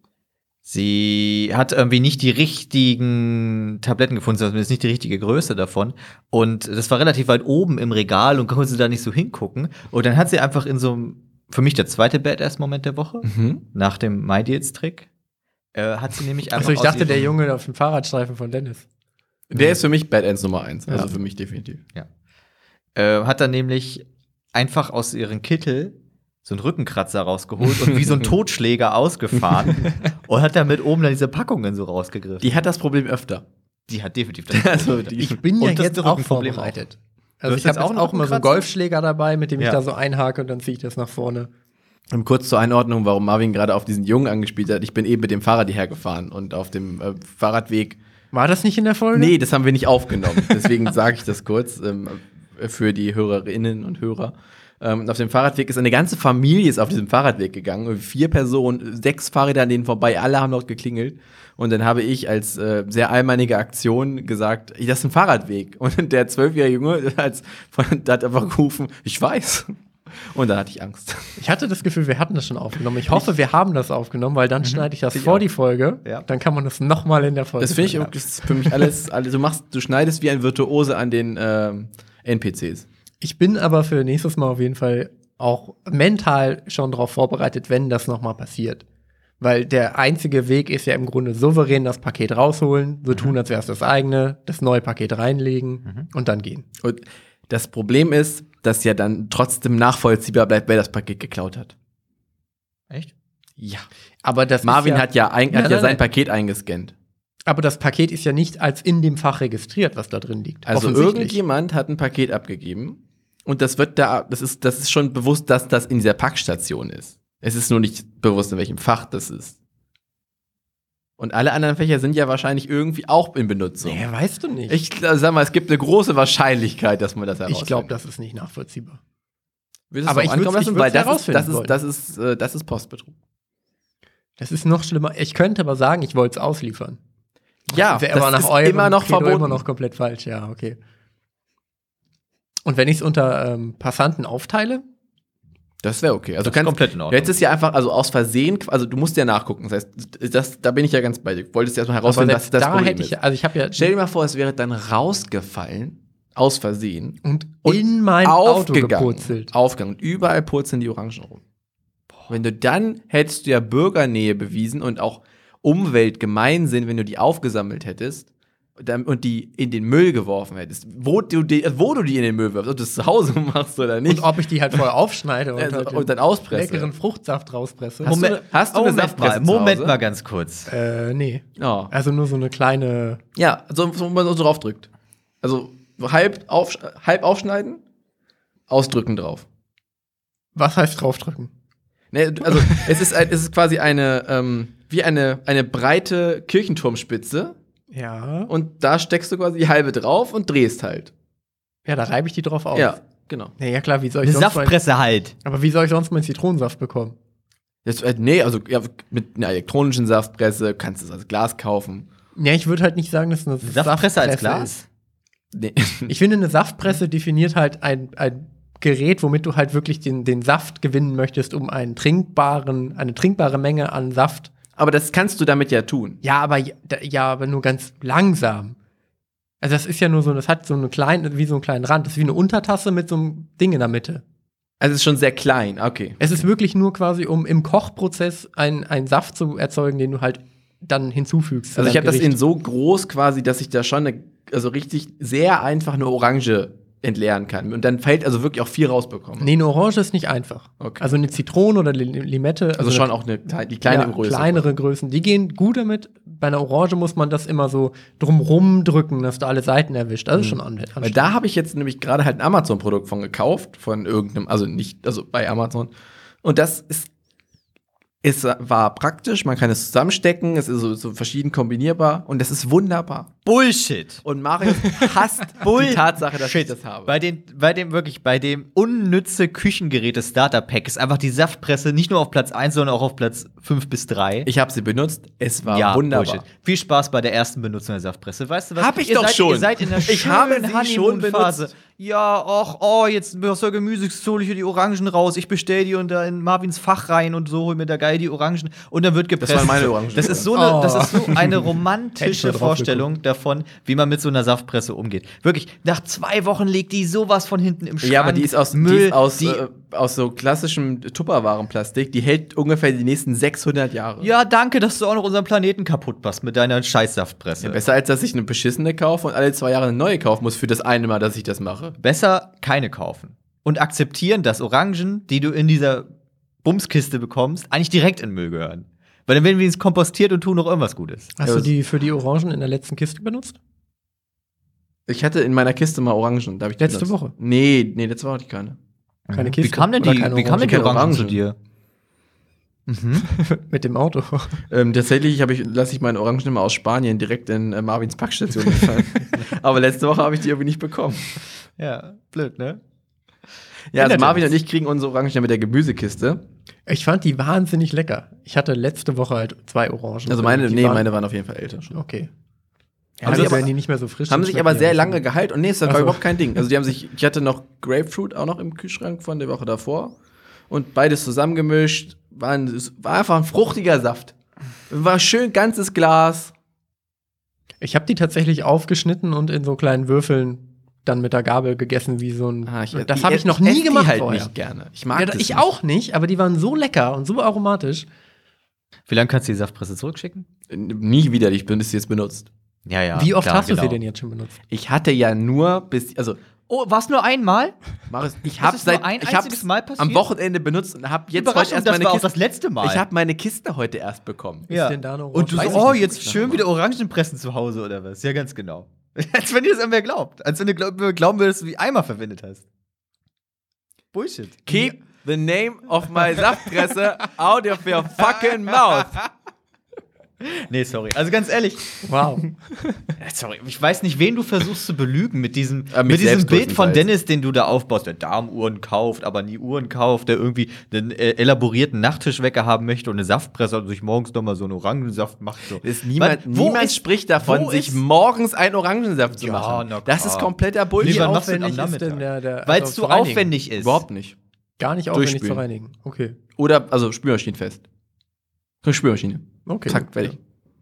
sie hat irgendwie nicht die richtigen Tabletten gefunden, zumindest nicht die richtige Größe davon. Und das war relativ weit oben im Regal und konnte sie da nicht so hingucken. Und dann hat sie einfach in so einem, für mich der zweite Badass-Moment der Woche, nach dem My Deals-Trick, hat sie nämlich einfach. Also ich dachte, der Junge auf dem Fahrradstreifen von Dennis. Der ist für mich Badass Nummer 1. Also für mich definitiv. Ja. Hat dann nämlich einfach aus ihrem Kittel so einen Rückenkratzer rausgeholt und wie so ein Totschläger ausgefahren und hat damit oben dann diese Packungen so rausgegriffen. Die hat das Problem öfter. Die hat definitiv das Problem. Also Ich bin ja jetzt auch vorbereitet. Also ich habe auch immer so einen Golfschläger dabei, mit dem ich da so einhake und dann ziehe ich das nach vorne. Und kurz zur Einordnung, warum Marvin gerade auf diesen Jungen angespielt hat. Ich bin eben mit dem Fahrrad hierher gefahren und auf dem Fahrradweg. War das nicht in der Folge? Nee, das haben wir nicht aufgenommen. Deswegen sage ich das kurz für die Hörerinnen und Hörer. Auf dem Fahrradweg ist eine ganze Familie ist auf diesem Fahrradweg gegangen. 4 Personen, 6 Fahrräder an denen vorbei, alle haben dort geklingelt. Und dann habe ich als sehr allmeinige Aktion gesagt, das ist ein Fahrradweg. Und der 12-jährige Junge hat einfach gerufen, ich weiß. Und dann hatte ich Angst. Ich hatte das Gefühl, wir hatten das schon aufgenommen. Ich hoffe, wir haben das aufgenommen, weil dann schneide ich das vor die Folge. Ja. Dann kann man das nochmal in der Folge. Das finde ich auch, ist für mich alles du schneidest wie ein Virtuose an den NPCs. Ich bin aber für nächstes Mal auf jeden Fall auch mental schon darauf vorbereitet, wenn das nochmal passiert. Weil der einzige Weg ist ja im Grunde souverän das Paket rausholen, so tun, als wäre es das eigene, das neue Paket reinlegen und dann gehen. Und das Problem ist, dass ja dann trotzdem nachvollziehbar bleibt, wer das Paket geklaut hat. Echt? Ja. Aber das Marvin hat ja sein Paket eingescannt. Aber das Paket ist ja nicht als in dem Fach registriert, was da drin liegt. Also irgendjemand hat ein Paket abgegeben und das ist schon bewusst, dass das in dieser Packstation ist. Es ist nur nicht bewusst, in welchem Fach das ist. Und alle anderen Fächer sind ja wahrscheinlich irgendwie auch in Benutzung. Nee, weißt du nicht. Ich sag mal, es gibt eine große Wahrscheinlichkeit, dass man das herausfindet. Ich glaube, das ist nicht nachvollziehbar. Aber ich würde es weil das ist Postbetrug. Das ist noch schlimmer. Ich könnte aber sagen, ich wollte es ausliefern. Ja, das aber nach ist immer noch verboten. Immer noch komplett falsch, ja, okay. Und wenn ich es unter Passanten aufteile? Das wäre okay. Also das ist komplett in Ordnung. Du hättest ja einfach, also aus Versehen, also du musst ja nachgucken. Das heißt, da bin ich ja ganz bei dir. Du wolltest ja erstmal herausfinden, was das Problem ist. Stell dir mal vor, es wäre dann rausgefallen, aus Versehen. Und in mein Auto gepurzelt. Aufgegangen. Und überall purzeln die Orangen rum. Wenn du dann hättest du ja Bürgernähe bewiesen und auch Umweltgemeinsinn, wenn du die aufgesammelt hättest und die in den Müll geworfen hättest. Wo du die in den Müll wirfst, ob du das zu Hause machst oder nicht. Und ob ich die halt vorher aufschneide und dann auspresse. Leckeren Fruchtsaft rauspresse. Hast du eine Saftpresse Moment mal ganz kurz. Nee. Oh. Also nur so eine kleine. Ja, so, wo man so drauf drückt. Also halb aufschneiden, ausdrücken drauf. Was heißt draufdrücken? Nee, also es ist quasi eine breite Kirchenturmspitze. Ja. Und da steckst du quasi die halbe drauf und drehst halt. Ja, da reibe ich die drauf auf. Ja, genau. Ja, klar, wie soll ich sonst Saftpresse halt. Aber wie soll ich sonst meinen Zitronensaft bekommen? Also mit einer elektronischen Saftpresse kannst du es als Glas kaufen. Ja, ich würde halt nicht sagen, dass eine Saftpresse als Glas ist. Nee. Ich finde, eine Saftpresse definiert halt ein Gerät, womit du halt wirklich den Saft gewinnen möchtest, um eine trinkbare Menge an Saft. Aber das kannst du damit ja tun. Ja, aber nur ganz langsam. Also das ist ja nur so, das hat so einen kleinen Rand. Das ist wie eine Untertasse mit so einem Ding in der Mitte. Also es ist schon sehr klein, okay. Es ist wirklich nur quasi, um im Kochprozess einen Saft zu erzeugen, den du halt dann hinzufügst. Also ich habe das in so groß quasi, dass ich da schon richtig sehr einfach eine Orange entleeren kann. Und dann fällt also wirklich auch viel rausbekommen. Nee, eine Orange ist nicht einfach. Okay. Also eine Zitrone oder Limette. Also schon auch die kleine Größe. Kleinere Größen, die gehen gut damit. Bei einer Orange muss man das immer so drumrum drücken, dass du alle Seiten erwischt. Das ist schon anstrengend. Weil da habe ich jetzt nämlich gerade halt ein Amazon-Produkt von gekauft, von irgendeinem, also bei Amazon. Und das war praktisch, man kann es zusammenstecken, es ist so verschieden kombinierbar und das ist wunderbar. Bullshit. Und Marius hasst die Tatsache, dass ich das habe. Bei dem unnütze Küchengeräte-Starter-Pack ist einfach die Saftpresse nicht nur auf Platz 1, sondern auch auf Platz 5 bis 3. Ich habe sie benutzt, es war wunderbar. Bullshit. Viel Spaß bei der ersten Benutzung der Saftpresse. Weißt du was? Hab ich doch schon. Ihr seid in der Ich habe schönen sie schon Honeymoon-Phase. benutzt. Ja, jetzt aus der Gemüse hole ich hier die Orangen raus. Ich bestell die und da in Marvins Fach rein und so hol mir da geil die Orangen. Und dann wird gepresst. Das waren meine Orangen. Das ist so eine romantische Vorstellung davon, wie man mit so einer Saftpresse umgeht. Wirklich, nach 2 Wochen liegt die sowas von hinten im Schrank. Ja, aber die ist aus Müll, aus so klassischem Tupperwarenplastik. Die hält ungefähr die nächsten 600 Jahre. Ja, danke, dass du auch noch unseren Planeten kaputt machst mit deiner Scheißsaftpresse. Ja, besser als dass ich eine beschissene kaufe und alle 2 Jahre eine neue kaufen muss für das eine Mal, dass ich das mache. Besser keine kaufen. Und akzeptieren, dass Orangen, die du in dieser Bumskiste bekommst, eigentlich direkt in den Müll gehören. Weil dann werden wir es kompostiert und tun noch irgendwas Gutes. Hast du die für die Orangen in der letzten Kiste benutzt? Ich hatte in meiner Kiste mal Orangen. Da hab ich die Letzte benutzt. Woche? Nee, letzte Woche hatte ich keine. Keine Kiste? Wie kam denn die Orangen zu dir? Mit dem Auto. Tatsächlich lasse ich meine Orangen immer aus Spanien direkt in Marvins Packstation gefallen. Aber letzte Woche habe ich die irgendwie nicht bekommen. Ja, blöd, ne? Ja, also Marvin und ich kriegen unsere Orangen ja mit der Gemüsekiste. Ich fand die wahnsinnig lecker. Ich hatte letzte Woche halt 2 Orangen. Also meine waren auf jeden Fall älter schon. Okay. Haben Also sich werden die nicht mehr so frisch. Haben sich aber sehr lange gehalten und das war Ach so. überhaupt kein Ding. Also ich hatte noch Grapefruit auch noch im Kühlschrank von der Woche davor und beides zusammengemischt. Es war einfach ein fruchtiger Saft. War schön ganzes Glas. Ich habe die tatsächlich aufgeschnitten und in so kleinen Würfeln dann mit der Gabel gegessen wie so ein. Das habe ich noch nie gemacht halt vorher. nicht gerne. Ich mag das ich nicht. auch nicht, aber die waren so lecker und so aromatisch. Wie lange kannst du die Saftpresse zurückschicken? Nie wieder, ich bin es jetzt benutzt. Ja. Wie oft klar, hast du genau. sie denn jetzt schon benutzt? Ich hatte ja nur Oh, war es nur einmal? Marius, ich Ist habe es nur seit ein ich einziges hab's Mal passiert? am Wochenende benutzt und habe jetzt heute Überraschung, erst das meine war auch Kiste. das letzte Mal. Ich habe meine Kiste heute erst bekommen. Ja. Ist denn da noch Und du Weiß so, ich nicht. jetzt schön wieder Orangenpressen zu Hause oder was? Ja, ganz genau. Als wenn dir das irgendwer glaubt. Als wenn du glauben würdest, du wie Eimer verwendet hast. Bullshit. Keep the name of my Saftpresse out of your fucking mouth. Nee, sorry. Also ganz ehrlich, Wow. sorry, ich weiß nicht, wen du versuchst zu belügen mit diesem, Mich mit diesem selbst Bild von größtenteils. Dennis, den du da aufbaust, der Darmuhren kauft, aber nie Uhren kauft, der irgendwie einen elaborierten Nachttischwecker haben möchte und eine Saftpresse und sich morgens noch mal so einen Orangensaft macht. So. Niemand spricht davon, sich morgens einen Orangensaft zu Ja, machen. na Das klar. ist kompletter Bullshit. Lieber machst du am aufwendig ist denn Nachmittag. Weil es also zu zu reinigen? aufwendig ist. Überhaupt nicht. Gar nicht aufwendig zu Durchspülen. reinigen. Okay. Oder, also Spülmaschinenfest. Spülmaschine. Okay. Zack, fertig.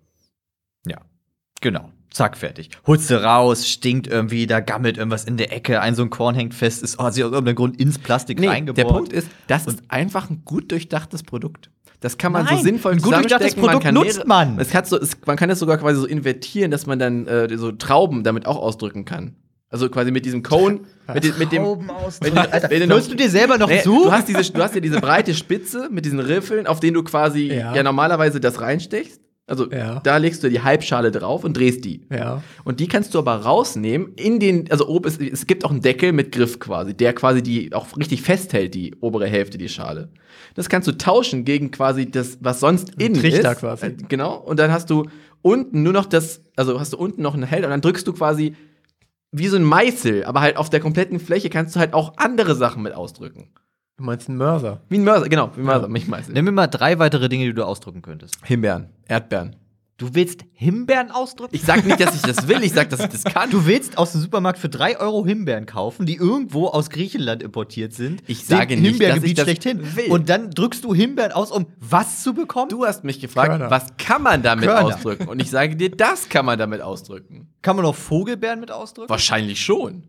Ja, genau. Zack, fertig. Holst du raus, stinkt irgendwie, da gammelt irgendwas in der Ecke, so ein Korn hängt fest, ist aus irgendeinem Grund ins Plastik reingebohrt. Der Punkt ist, das ist einfach ein gut durchdachtes Produkt. Das kann man Nein, so sinnvoll ein gut durchdachtes zusammenstecken. Produkt nutzt man. Man kann es sogar quasi so invertieren, dass man dann so Trauben damit auch ausdrücken kann. Also quasi mit diesem Cone, mit dem Alter, hörst du dir selber noch zu? Du hast ja diese breite Spitze mit diesen Riffeln, auf denen du quasi Ja. normalerweise das reinstechst. Also Ja. da legst du die Halbschale drauf und drehst die. Ja. Und die kannst du aber rausnehmen also oben es gibt auch einen Deckel mit Griff quasi, der quasi die auch richtig festhält, die obere Hälfte, die Schale. Das kannst du tauschen gegen quasi das, was sonst innen Trichter ist. quasi. Genau. Und dann hast du unten nur noch hast du unten noch einen Held und dann drückst du quasi wie so ein Meißel, aber halt auf der kompletten Fläche kannst du halt auch andere Sachen mit ausdrücken. Du meinst einen Mörser? Wie ein Mörser, genau, wie ein Mörser, nicht Meißel. Nimm mir mal 3 weitere Dinge, die du ausdrücken könntest. Himbeeren, Erdbeeren. Du willst Himbeeren ausdrücken? Ich sag nicht, dass ich das will, ich sag, dass ich das kann. Du willst aus dem Supermarkt für 3 Euro Himbeeren kaufen, die irgendwo aus Griechenland importiert sind. Ich sage Dem nicht, dass ich Himbeergebiet das schlechthin. will. Und dann drückst du Himbeeren aus, um was zu bekommen? Du hast mich gefragt, Körner. was kann man damit Körner. ausdrücken? Und ich sage dir, das kann man damit ausdrücken. Kann man auch Vogelbeeren mit ausdrücken? Wahrscheinlich schon.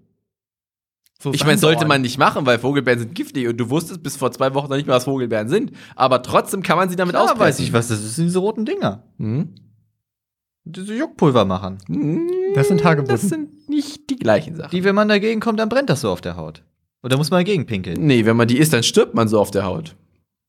So Ich meine, sollte Sanddorn. man nicht machen, weil Vogelbeeren sind giftig und du wusstest bis vor 2 Wochen noch nicht mal, was Vogelbeeren sind. Aber trotzdem kann man sie damit Klar, auspressen. weiß ich, was das ist. Diese roten Dinger. Hm? Diese Juckpulver machen. Das sind Hagebutten. Das sind nicht die gleichen Sachen. Wenn man dagegen kommt, dann brennt das so auf der Haut. Und da muss man dagegen pinkeln. Nee, wenn man die isst, dann stirbt man so auf der Haut.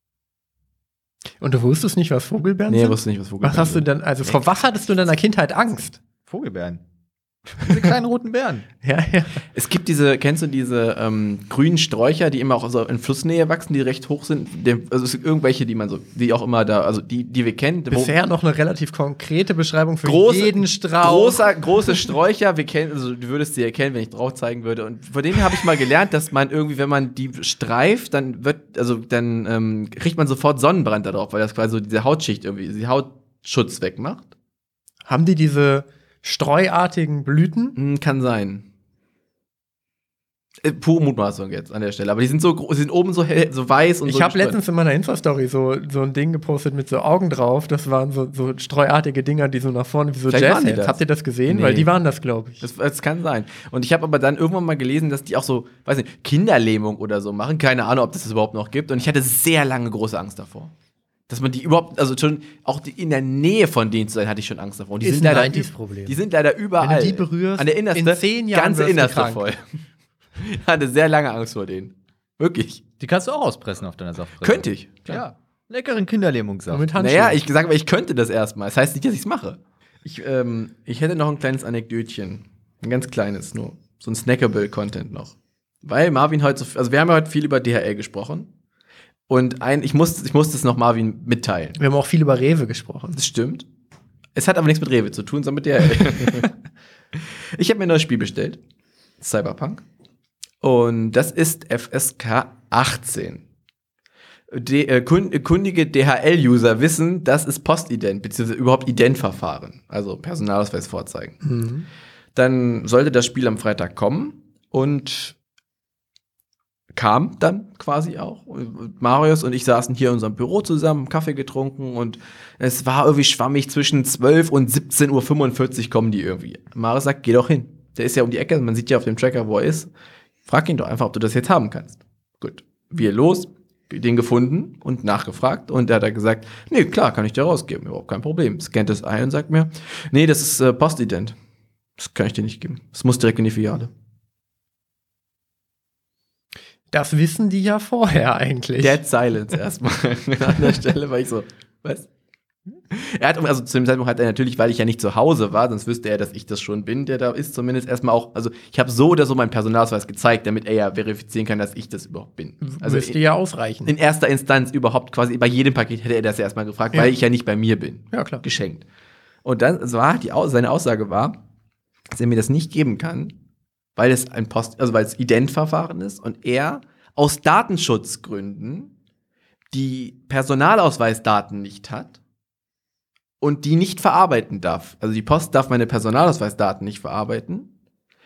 Und du wusstest nicht, was Vogelbeeren Nee, sind? wusste nicht, was Vogelbeeren Was hast du denn, also vor was hattest du in deiner Kindheit Angst? Vogelbeeren. Diese kleinen roten Beeren. Ja. Es gibt kennst du diese grünen Sträucher, die immer auch so in Flussnähe wachsen, die recht hoch sind? Also es sind irgendwelche, die auch immer da, also die wir kennen. Bisher noch eine relativ konkrete Beschreibung für jeden Strauch. Große Sträucher, also du würdest sie erkennen, wenn ich drauf zeigen würde. Und von denen habe ich mal gelernt, dass man irgendwie, wenn man die streift, dann kriegt man sofort Sonnenbrand da drauf, weil das quasi so diese Hautschicht irgendwie, die Hautschutz wegmacht. Haben die diese streuartigen Blüten? Kann sein. Pure Mutmaßung jetzt an der Stelle. Aber die sind so groß, sind oben so hell, so weiß und so. Ich habe letztens in meiner Insta-Story so ein Ding gepostet mit so Augen drauf. Das waren so streuartige Dinger, die so nach vorne wie so Jazz. Habt ihr das gesehen? Nee. Weil die waren das, glaube ich. Das kann sein. Und ich habe aber dann irgendwann mal gelesen, dass die auch so, weiß nicht, Kinderlähmung oder so machen. Keine Ahnung, ob das überhaupt noch gibt. Und ich hatte sehr lange große Angst davor. Dass man die überhaupt, also schon auch in der Nähe von denen zu sein, hatte ich schon Angst davor. Und die sind leider 90s-Problem. Die sind leider überall. Wenn du die berührst, an der innerste, in 10 Jahren ganze wirst du Innerste krank. voll. Ich hatte sehr lange Angst vor denen. Wirklich. Die kannst du auch auspressen auf deiner Saftpresse. Könnte ich. Klar. Ja. Leckeren Kinderlähmungssaft. Mit Handschuhen. Naja, ich könnte das erstmal. Das heißt nicht, dass ich es mache. Ich hätte noch ein kleines Anekdötchen. Ein ganz kleines nur. So ein Snackable-Content noch. Weil Marvin heute also wir haben ja heute viel über DHL gesprochen. Und ich musste es noch Marvin mitteilen. Wir haben auch viel über Rewe gesprochen. Das stimmt. Es hat aber nichts mit Rewe zu tun, sondern mit DHL. Ich habe mir ein neues Spiel bestellt. Cyberpunk. Und das ist FSK 18. Kundige DHL-User wissen, das ist Postident, beziehungsweise überhaupt Identverfahren. Also Personalausweis vorzeigen. Mhm. Dann sollte das Spiel am Freitag kommen und kam dann quasi auch. Und Marius und ich saßen hier in unserem Büro zusammen, Kaffee getrunken und es war irgendwie schwammig, zwischen 12 und 17:45 Uhr kommen die irgendwie. Marius sagt, geh doch hin. Der ist ja um die Ecke, man sieht ja auf dem Tracker, wo er ist. Frag ihn doch einfach, ob du das jetzt haben kannst. Gut. Wir los, den gefunden und nachgefragt und er hat gesagt, nee, klar, kann ich dir rausgeben, überhaupt kein Problem. Scannt es ein und sagt mir, nee, das ist Postident. Das kann ich dir nicht geben. Das muss direkt in die Filiale. Das wissen die ja vorher eigentlich. Dead Silence erstmal an der Stelle, weil ich so, was? Er hat, also zu dem Zeitpunkt hat er natürlich, weil ich ja nicht zu Hause war, sonst wüsste er, dass ich das schon bin, der da ist, zumindest erstmal auch, also ich habe so oder so meinen Personalausweis gezeigt, damit er ja verifizieren kann, dass ich das überhaupt bin. Also müsste ja ausreichen. In erster Instanz überhaupt quasi, bei jedem Paket hätte er das ja erstmal gefragt, Ja. weil ich ja nicht bei mir bin. Ja, klar. Geschenkt. Und dann war seine Aussage war, dass er mir das nicht geben kann, weil es weil es Identverfahren ist und er aus Datenschutzgründen die Personalausweisdaten nicht hat und die nicht verarbeiten darf. Also die Post darf meine Personalausweisdaten nicht verarbeiten.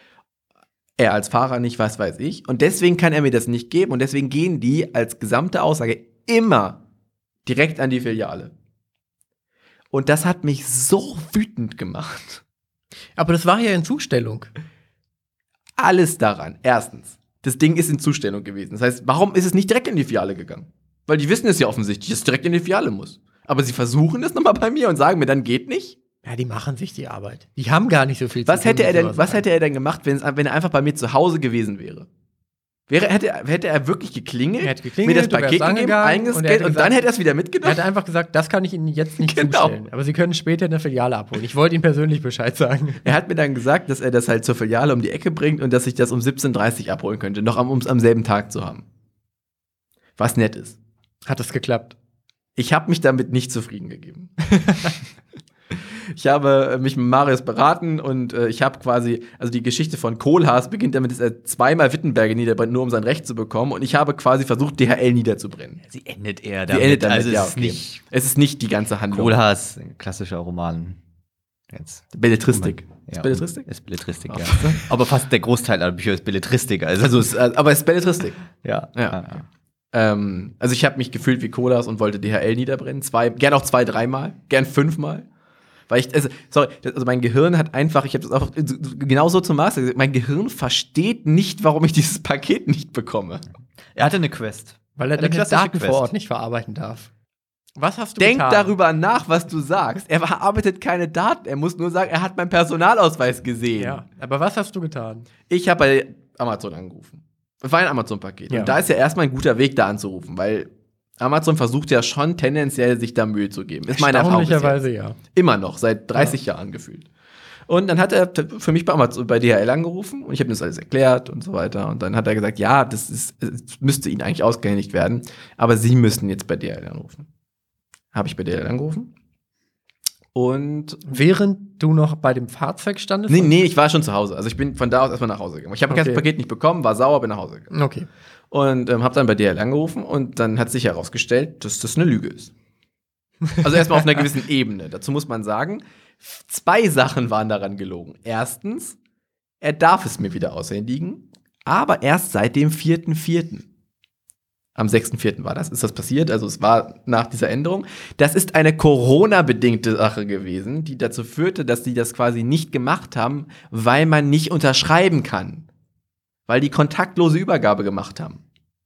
Er als Fahrer nicht, was weiß ich. Und deswegen kann er mir das nicht geben. Und deswegen gehen die als gesamte Aussage immer direkt an die Filiale. Und das hat mich so wütend gemacht. Aber das war ja in Zustellung. Alles daran. Erstens, das Ding ist in Zustellung gewesen. Das heißt, warum ist es nicht direkt in die Filiale gegangen? Weil die wissen es ja offensichtlich, dass es direkt in die Filiale muss. Aber sie versuchen es nochmal bei mir und sagen mir, dann geht nicht. Ja, die machen sich die Arbeit. Die haben gar nicht so viel Was zu tun. hätte er denn gemacht, wenn er einfach bei mir zu Hause gewesen wäre? Hätte er wirklich geklingelt, Er hätte geklingelt, mir das du wärst Paket gegeben, rangegangen eingescannt und dann hätte er es wieder Er mitgenommen? hat einfach gesagt, das kann ich Ihnen jetzt nicht Genau. zustellen. Aber Sie können später in der Filiale abholen. Ich wollte Ihnen persönlich Bescheid sagen. Er hat mir dann gesagt, dass er das halt zur Filiale um die Ecke bringt und dass ich das um 17:30 Uhr abholen könnte, noch um es am selben Tag zu haben. Was nett ist. Hat das geklappt? Ich habe mich damit nicht zufrieden gegeben. Ich habe mich mit Marius beraten und ich habe quasi, also die Geschichte von Kohlhaas beginnt damit, dass er zweimal Wittenberge niederbrennt, nur um sein Recht zu bekommen. Und ich habe quasi versucht, DHL niederzubrennen. Sie endet eher Die damit. endet damit, also ja, es ist okay. nicht Es ist nicht die ganze Handlung. Kohlhaas, ein klassischer Roman. Jetzt. Belletristik. Ja, Ist Belletristik? Ist Belletristik, Ach. ja. Aber fast der Großteil aller Bücher ist Belletristik. Also Aber es ist Belletristik. ja. Ja. Also ich habe mich gefühlt wie Kohlhaas und wollte DHL niederbrennen. Gern auch 2-, 3-mal, gern 5-mal. Weil also mein Gehirn hat einfach, ich habe das auch genauso zum Master gesagt, mein Gehirn versteht nicht, warum ich dieses Paket nicht bekomme. Er hatte eine Quest. Weil er Eine deine klassische Daten Quest. vor Ort nicht verarbeiten darf. Was hast du Denk getan? darüber nach, was du sagst. Er verarbeitet keine Daten. Er muss nur sagen, er hat meinen Personalausweis gesehen. Ja, aber was hast du getan? Ich habe bei Amazon angerufen. Es war ein Amazon-Paket. Ja. Und da ist ja erstmal ein guter Weg, da anzurufen, weil Amazon versucht ja schon tendenziell, sich da Mühe zu geben. Ist meine Erfahrung. bis jetzt. Erstaunlicherweise ja. Immer noch, seit 30 Jahren gefühlt. Und dann hat er für mich bei DHL angerufen und ich habe ihm das alles erklärt und so weiter. Und dann hat er gesagt, ja, das müsste Ihnen eigentlich ausgehändigt werden, aber Sie müssten jetzt bei DHL anrufen. Habe ich bei DHL angerufen. Und während du noch bei dem Fahrzeug standest? Nee, ich war schon zu Hause. Also ich bin von da aus erstmal nach Hause gegangen. Ich habe das Paket nicht bekommen, war sauer, bin nach Hause gegangen. Okay. Und habe dann bei DHL angerufen und dann hat sich herausgestellt, dass das eine Lüge ist. Also erstmal auf einer gewissen Ebene. Dazu muss man sagen, 2 Sachen waren daran gelogen. Erstens, er darf es mir wieder aushändigen, aber erst seit dem 4.4. Am 6.4. ist das passiert, also es war nach dieser Änderung. Das ist eine Corona-bedingte Sache gewesen, die dazu führte, dass die das quasi nicht gemacht haben, weil man nicht unterschreiben kann. Weil die kontaktlose Übergabe gemacht haben.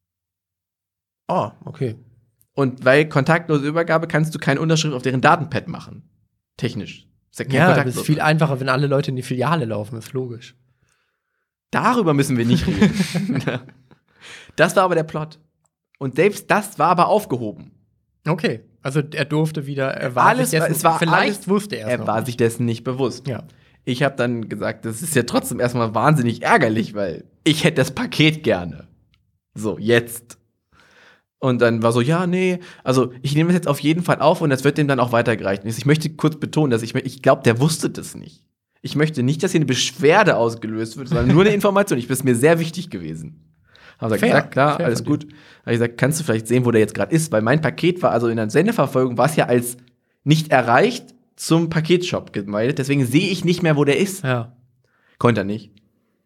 Oh, okay. Und weil kontaktlose Übergabe kannst du keine Unterschrift auf deren Datenpad machen. Technisch. Ja, das ist viel einfacher, wenn alle Leute in die Filiale laufen, ist logisch. Darüber müssen wir nicht reden. Das war aber der Plot. Und selbst das war aber aufgehoben. Okay, also er durfte wieder, vielleicht wusste er es noch war sich dessen nicht bewusst. Ja. Ich habe dann gesagt, das ist ja trotzdem erstmal wahnsinnig ärgerlich, weil ich hätte das Paket gerne. So, jetzt. Und dann war so, ja, nee, also ich nehme es jetzt auf jeden Fall auf und das wird dem dann auch weitergereicht. Ich möchte kurz betonen, dass ich glaube, der wusste das nicht. Ich möchte nicht, dass hier eine Beschwerde ausgelöst wird, sondern nur eine Information. Ich bin mir sehr wichtig gewesen. Habe gesagt, klar, alles gut. Habe ich gesagt, kannst du vielleicht sehen, wo der jetzt gerade ist? Weil mein Paket war, also in der Sendeverfolgung war es ja als nicht erreicht zum Paketshop gemeldet. Deswegen sehe ich nicht mehr, wo der ist. Ja. Konnte er nicht.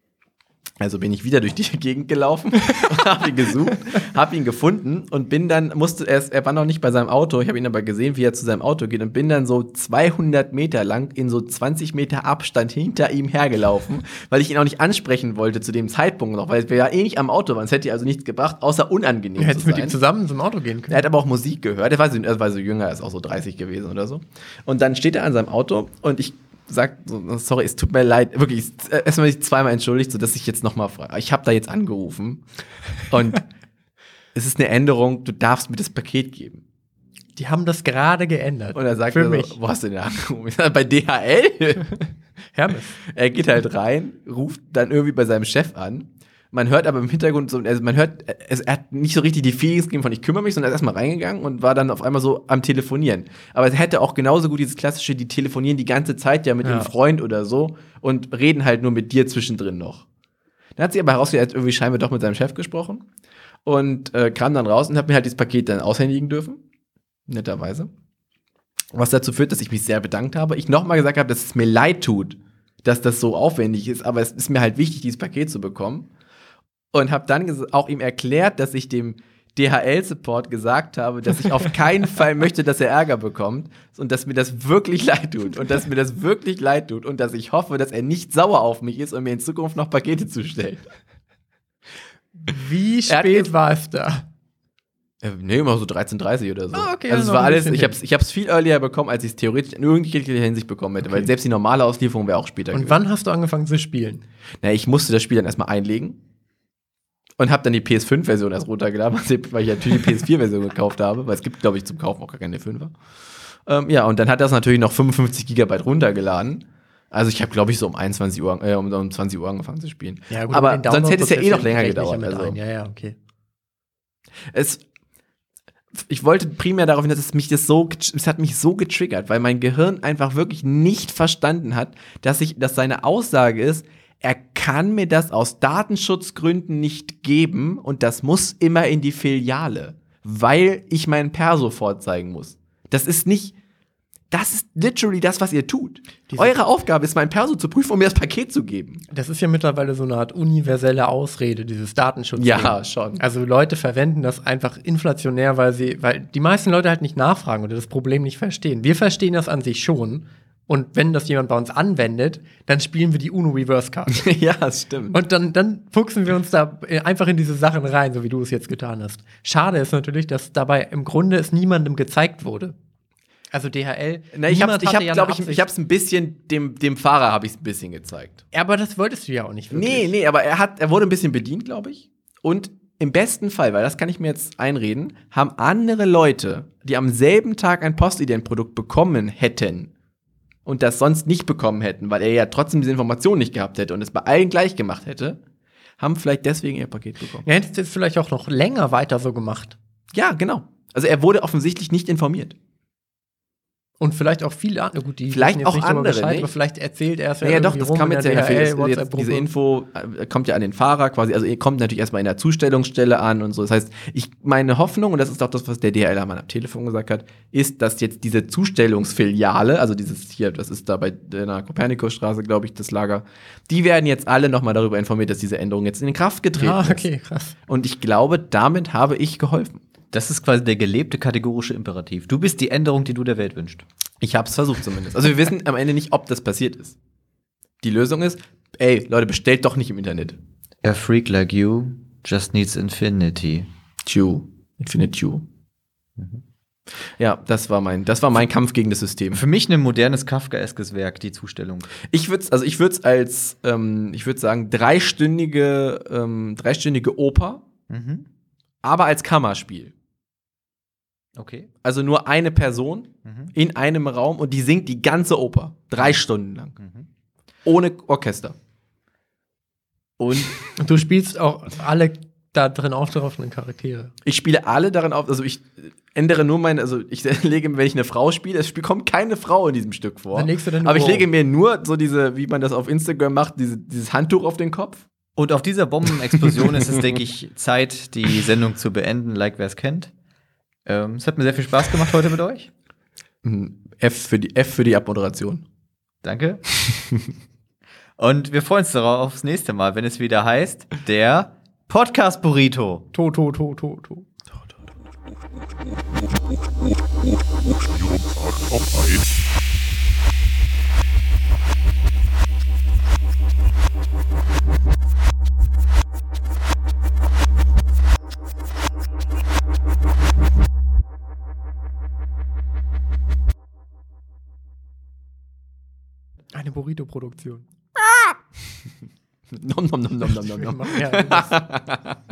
Also bin ich wieder durch die Gegend gelaufen, habe ihn gesucht, habe ihn gefunden und bin dann, er war noch nicht bei seinem Auto, ich habe ihn aber gesehen, wie er zu seinem Auto geht und bin dann so 200 Meter lang in so 20 Meter Abstand hinter ihm hergelaufen, weil ich ihn auch nicht ansprechen wollte zu dem Zeitpunkt noch, weil wir ja eh nicht am Auto waren. Es hätte also nichts gebracht, außer unangenehm zu sein. Hättest mit ihm zusammen zum Auto gehen können. Er hat aber auch Musik gehört, er war so jünger, er ist auch so 30 gewesen oder so. Und dann steht er an seinem Auto und ich sagt, sorry, es tut mir leid, wirklich, erstmal mich zweimal entschuldigt, sodass ich jetzt nochmal frage. Ich habe da jetzt angerufen und es ist eine Änderung, du darfst mir das Paket geben. Die haben das gerade geändert. Und er sagt mir so, wo hast du denn angerufen? Ich sag, bei DHL? Hermes. Er geht halt rein, ruft dann irgendwie bei seinem Chef an. Man hört aber im Hintergrund so, also er hat nicht so richtig die Feelings gegeben von ich kümmere mich, sondern er ist erstmal reingegangen und war dann auf einmal so am Telefonieren. Aber er hätte auch genauso gut dieses klassische, die telefonieren die ganze Zeit ja mit dem Freund oder so und reden halt nur mit dir zwischendrin noch. Dann hat sich aber herausgestellt, er hat irgendwie scheinbar doch mit seinem Chef gesprochen und kam dann raus und hat mir halt dieses Paket dann aushändigen dürfen. Netterweise. Was dazu führt, dass ich mich sehr bedankt habe. Ich nochmal gesagt habe, dass es mir leid tut, dass das so aufwendig ist, aber es ist mir halt wichtig, dieses Paket zu bekommen. Und habe dann auch ihm erklärt, dass ich dem DHL-Support gesagt habe, dass ich auf keinen Fall möchte, dass er Ärger bekommt und dass mir das wirklich leid tut und dass ich hoffe, dass er nicht sauer auf mich ist und mir in Zukunft noch Pakete zustellt. Wie spät war es da? Nee, immer so 13:30 oder so. Ah, okay, also es war alles, ich hab's viel earlier bekommen, als ich es theoretisch in irgendeiner Hinsicht bekommen hätte, weil selbst die normale Auslieferung wäre auch später gewesen. Und wann hast du angefangen zu spielen? Na, ich musste das Spiel dann erstmal einlegen. Und habe dann die PS5-Version erst runtergeladen, weil ich natürlich die PS4-Version gekauft habe, weil es gibt, glaube ich, zum Kaufen auch gar keine 5er. Ja, und dann hat das natürlich noch 55 GB runtergeladen. Also ich habe, glaube ich, so um 20 Uhr angefangen zu spielen. Ja, gut, aber sonst hätte es ja eh noch länger gedauert. Also. Ja, okay. Ich wollte primär darauf hin, dass es hat mich so getriggert, weil mein Gehirn einfach wirklich nicht verstanden hat, dass seine Aussage ist, er kann mir das aus Datenschutzgründen nicht geben und das muss immer in die Filiale, weil ich meinen Perso vorzeigen muss. Das ist literally das, was ihr tut. Eure Aufgabe ist, mein Perso zu prüfen, um mir das Paket zu geben. Das ist ja mittlerweile so eine Art universelle Ausrede, dieses Datenschutz. Ja, schon. Also Leute verwenden das einfach inflationär, weil die meisten Leute halt nicht nachfragen oder das Problem nicht verstehen. Wir verstehen das an sich schon. Und wenn das jemand bei uns anwendet, dann spielen wir die UNO-Reverse-Karte. Ja, das stimmt. Und dann fuchsen wir uns da einfach in diese Sachen rein, so wie du es jetzt getan hast. Schade ist natürlich, dass dabei im Grunde es niemandem gezeigt wurde. Also DHL. Ich hab's ein bisschen, dem Fahrer habe ich es ein bisschen gezeigt. Ja, aber das wolltest du ja auch nicht wirklich. Nee, aber er wurde ein bisschen bedient, glaube ich. Und im besten Fall, weil das kann ich mir jetzt einreden, haben andere Leute, die am selben Tag ein Postident-Produkt bekommen hätten, und das sonst nicht bekommen hätten, weil er ja trotzdem diese Information nicht gehabt hätte und es bei allen gleich gemacht hätte, haben vielleicht deswegen ihr Paket bekommen. Er hätte es jetzt vielleicht auch noch länger weiter so gemacht. Ja, genau. Also er wurde offensichtlich nicht informiert. Und vielleicht auch viele andere, gut, die vielleicht wissen jetzt auch nicht drüber andere, Bescheid, ne? aber vielleicht erzählt er es Ja, doch, irgendwie das rum kam in jetzt der ja DHL, jetzt WhatsApp-Gruppe. diese Info kommt ja an den Fahrer quasi, also kommt natürlich erstmal in der Zustellungsstelle an und so. Das heißt, meine Hoffnung, und das ist auch das, was der DHL-Mann am Telefon gesagt hat, ist, dass jetzt diese Zustellungsfiliale, also dieses hier, das ist da bei der Kopernikusstraße, glaube ich, das Lager, die werden jetzt alle nochmal darüber informiert, dass diese Änderung jetzt in Kraft getreten ist. Okay, krass. Und ich glaube, damit habe ich geholfen. Das ist quasi der gelebte kategorische Imperativ. Du bist die Änderung, die du der Welt wünschst. Ich habe es versucht zumindest. Also wir wissen am Ende nicht, ob das passiert ist. Die Lösung ist, ey, Leute, bestellt doch nicht im Internet. A freak like you just needs infinity. Infinite. Ja, das war mein Kampf gegen das System. Für mich ein modernes Kafkaeskes Werk, die Zustellung. Ich würde sagen, dreistündige Oper, aber als Kammerspiel. Okay. Also nur eine Person in einem Raum und die singt die ganze Oper. 3 Stunden lang. Ohne Orchester. Und du spielst auch alle da drin aufgelaufenen Charaktere. Ich spiele alle darin auf, also ich ändere nur ich lege, wenn ich eine Frau spiele, es kommt keine Frau in diesem Stück vor. Dann legst du aber ich lege mir nur so wie man das auf Instagram macht, dieses Handtuch auf den Kopf. Und auf dieser Bombenexplosion ist es, denke ich, Zeit, die Sendung zu beenden, like wer es kennt. Es hat mir sehr viel Spaß gemacht heute mit euch. F für die Abmoderation. Danke. Und wir freuen uns darauf aufs nächste Mal, wenn es wieder heißt, der Podcast Burrito. Auf Eis. Eine Burrito-Produktion. Nom nom nom nom nom nom nom. Ja,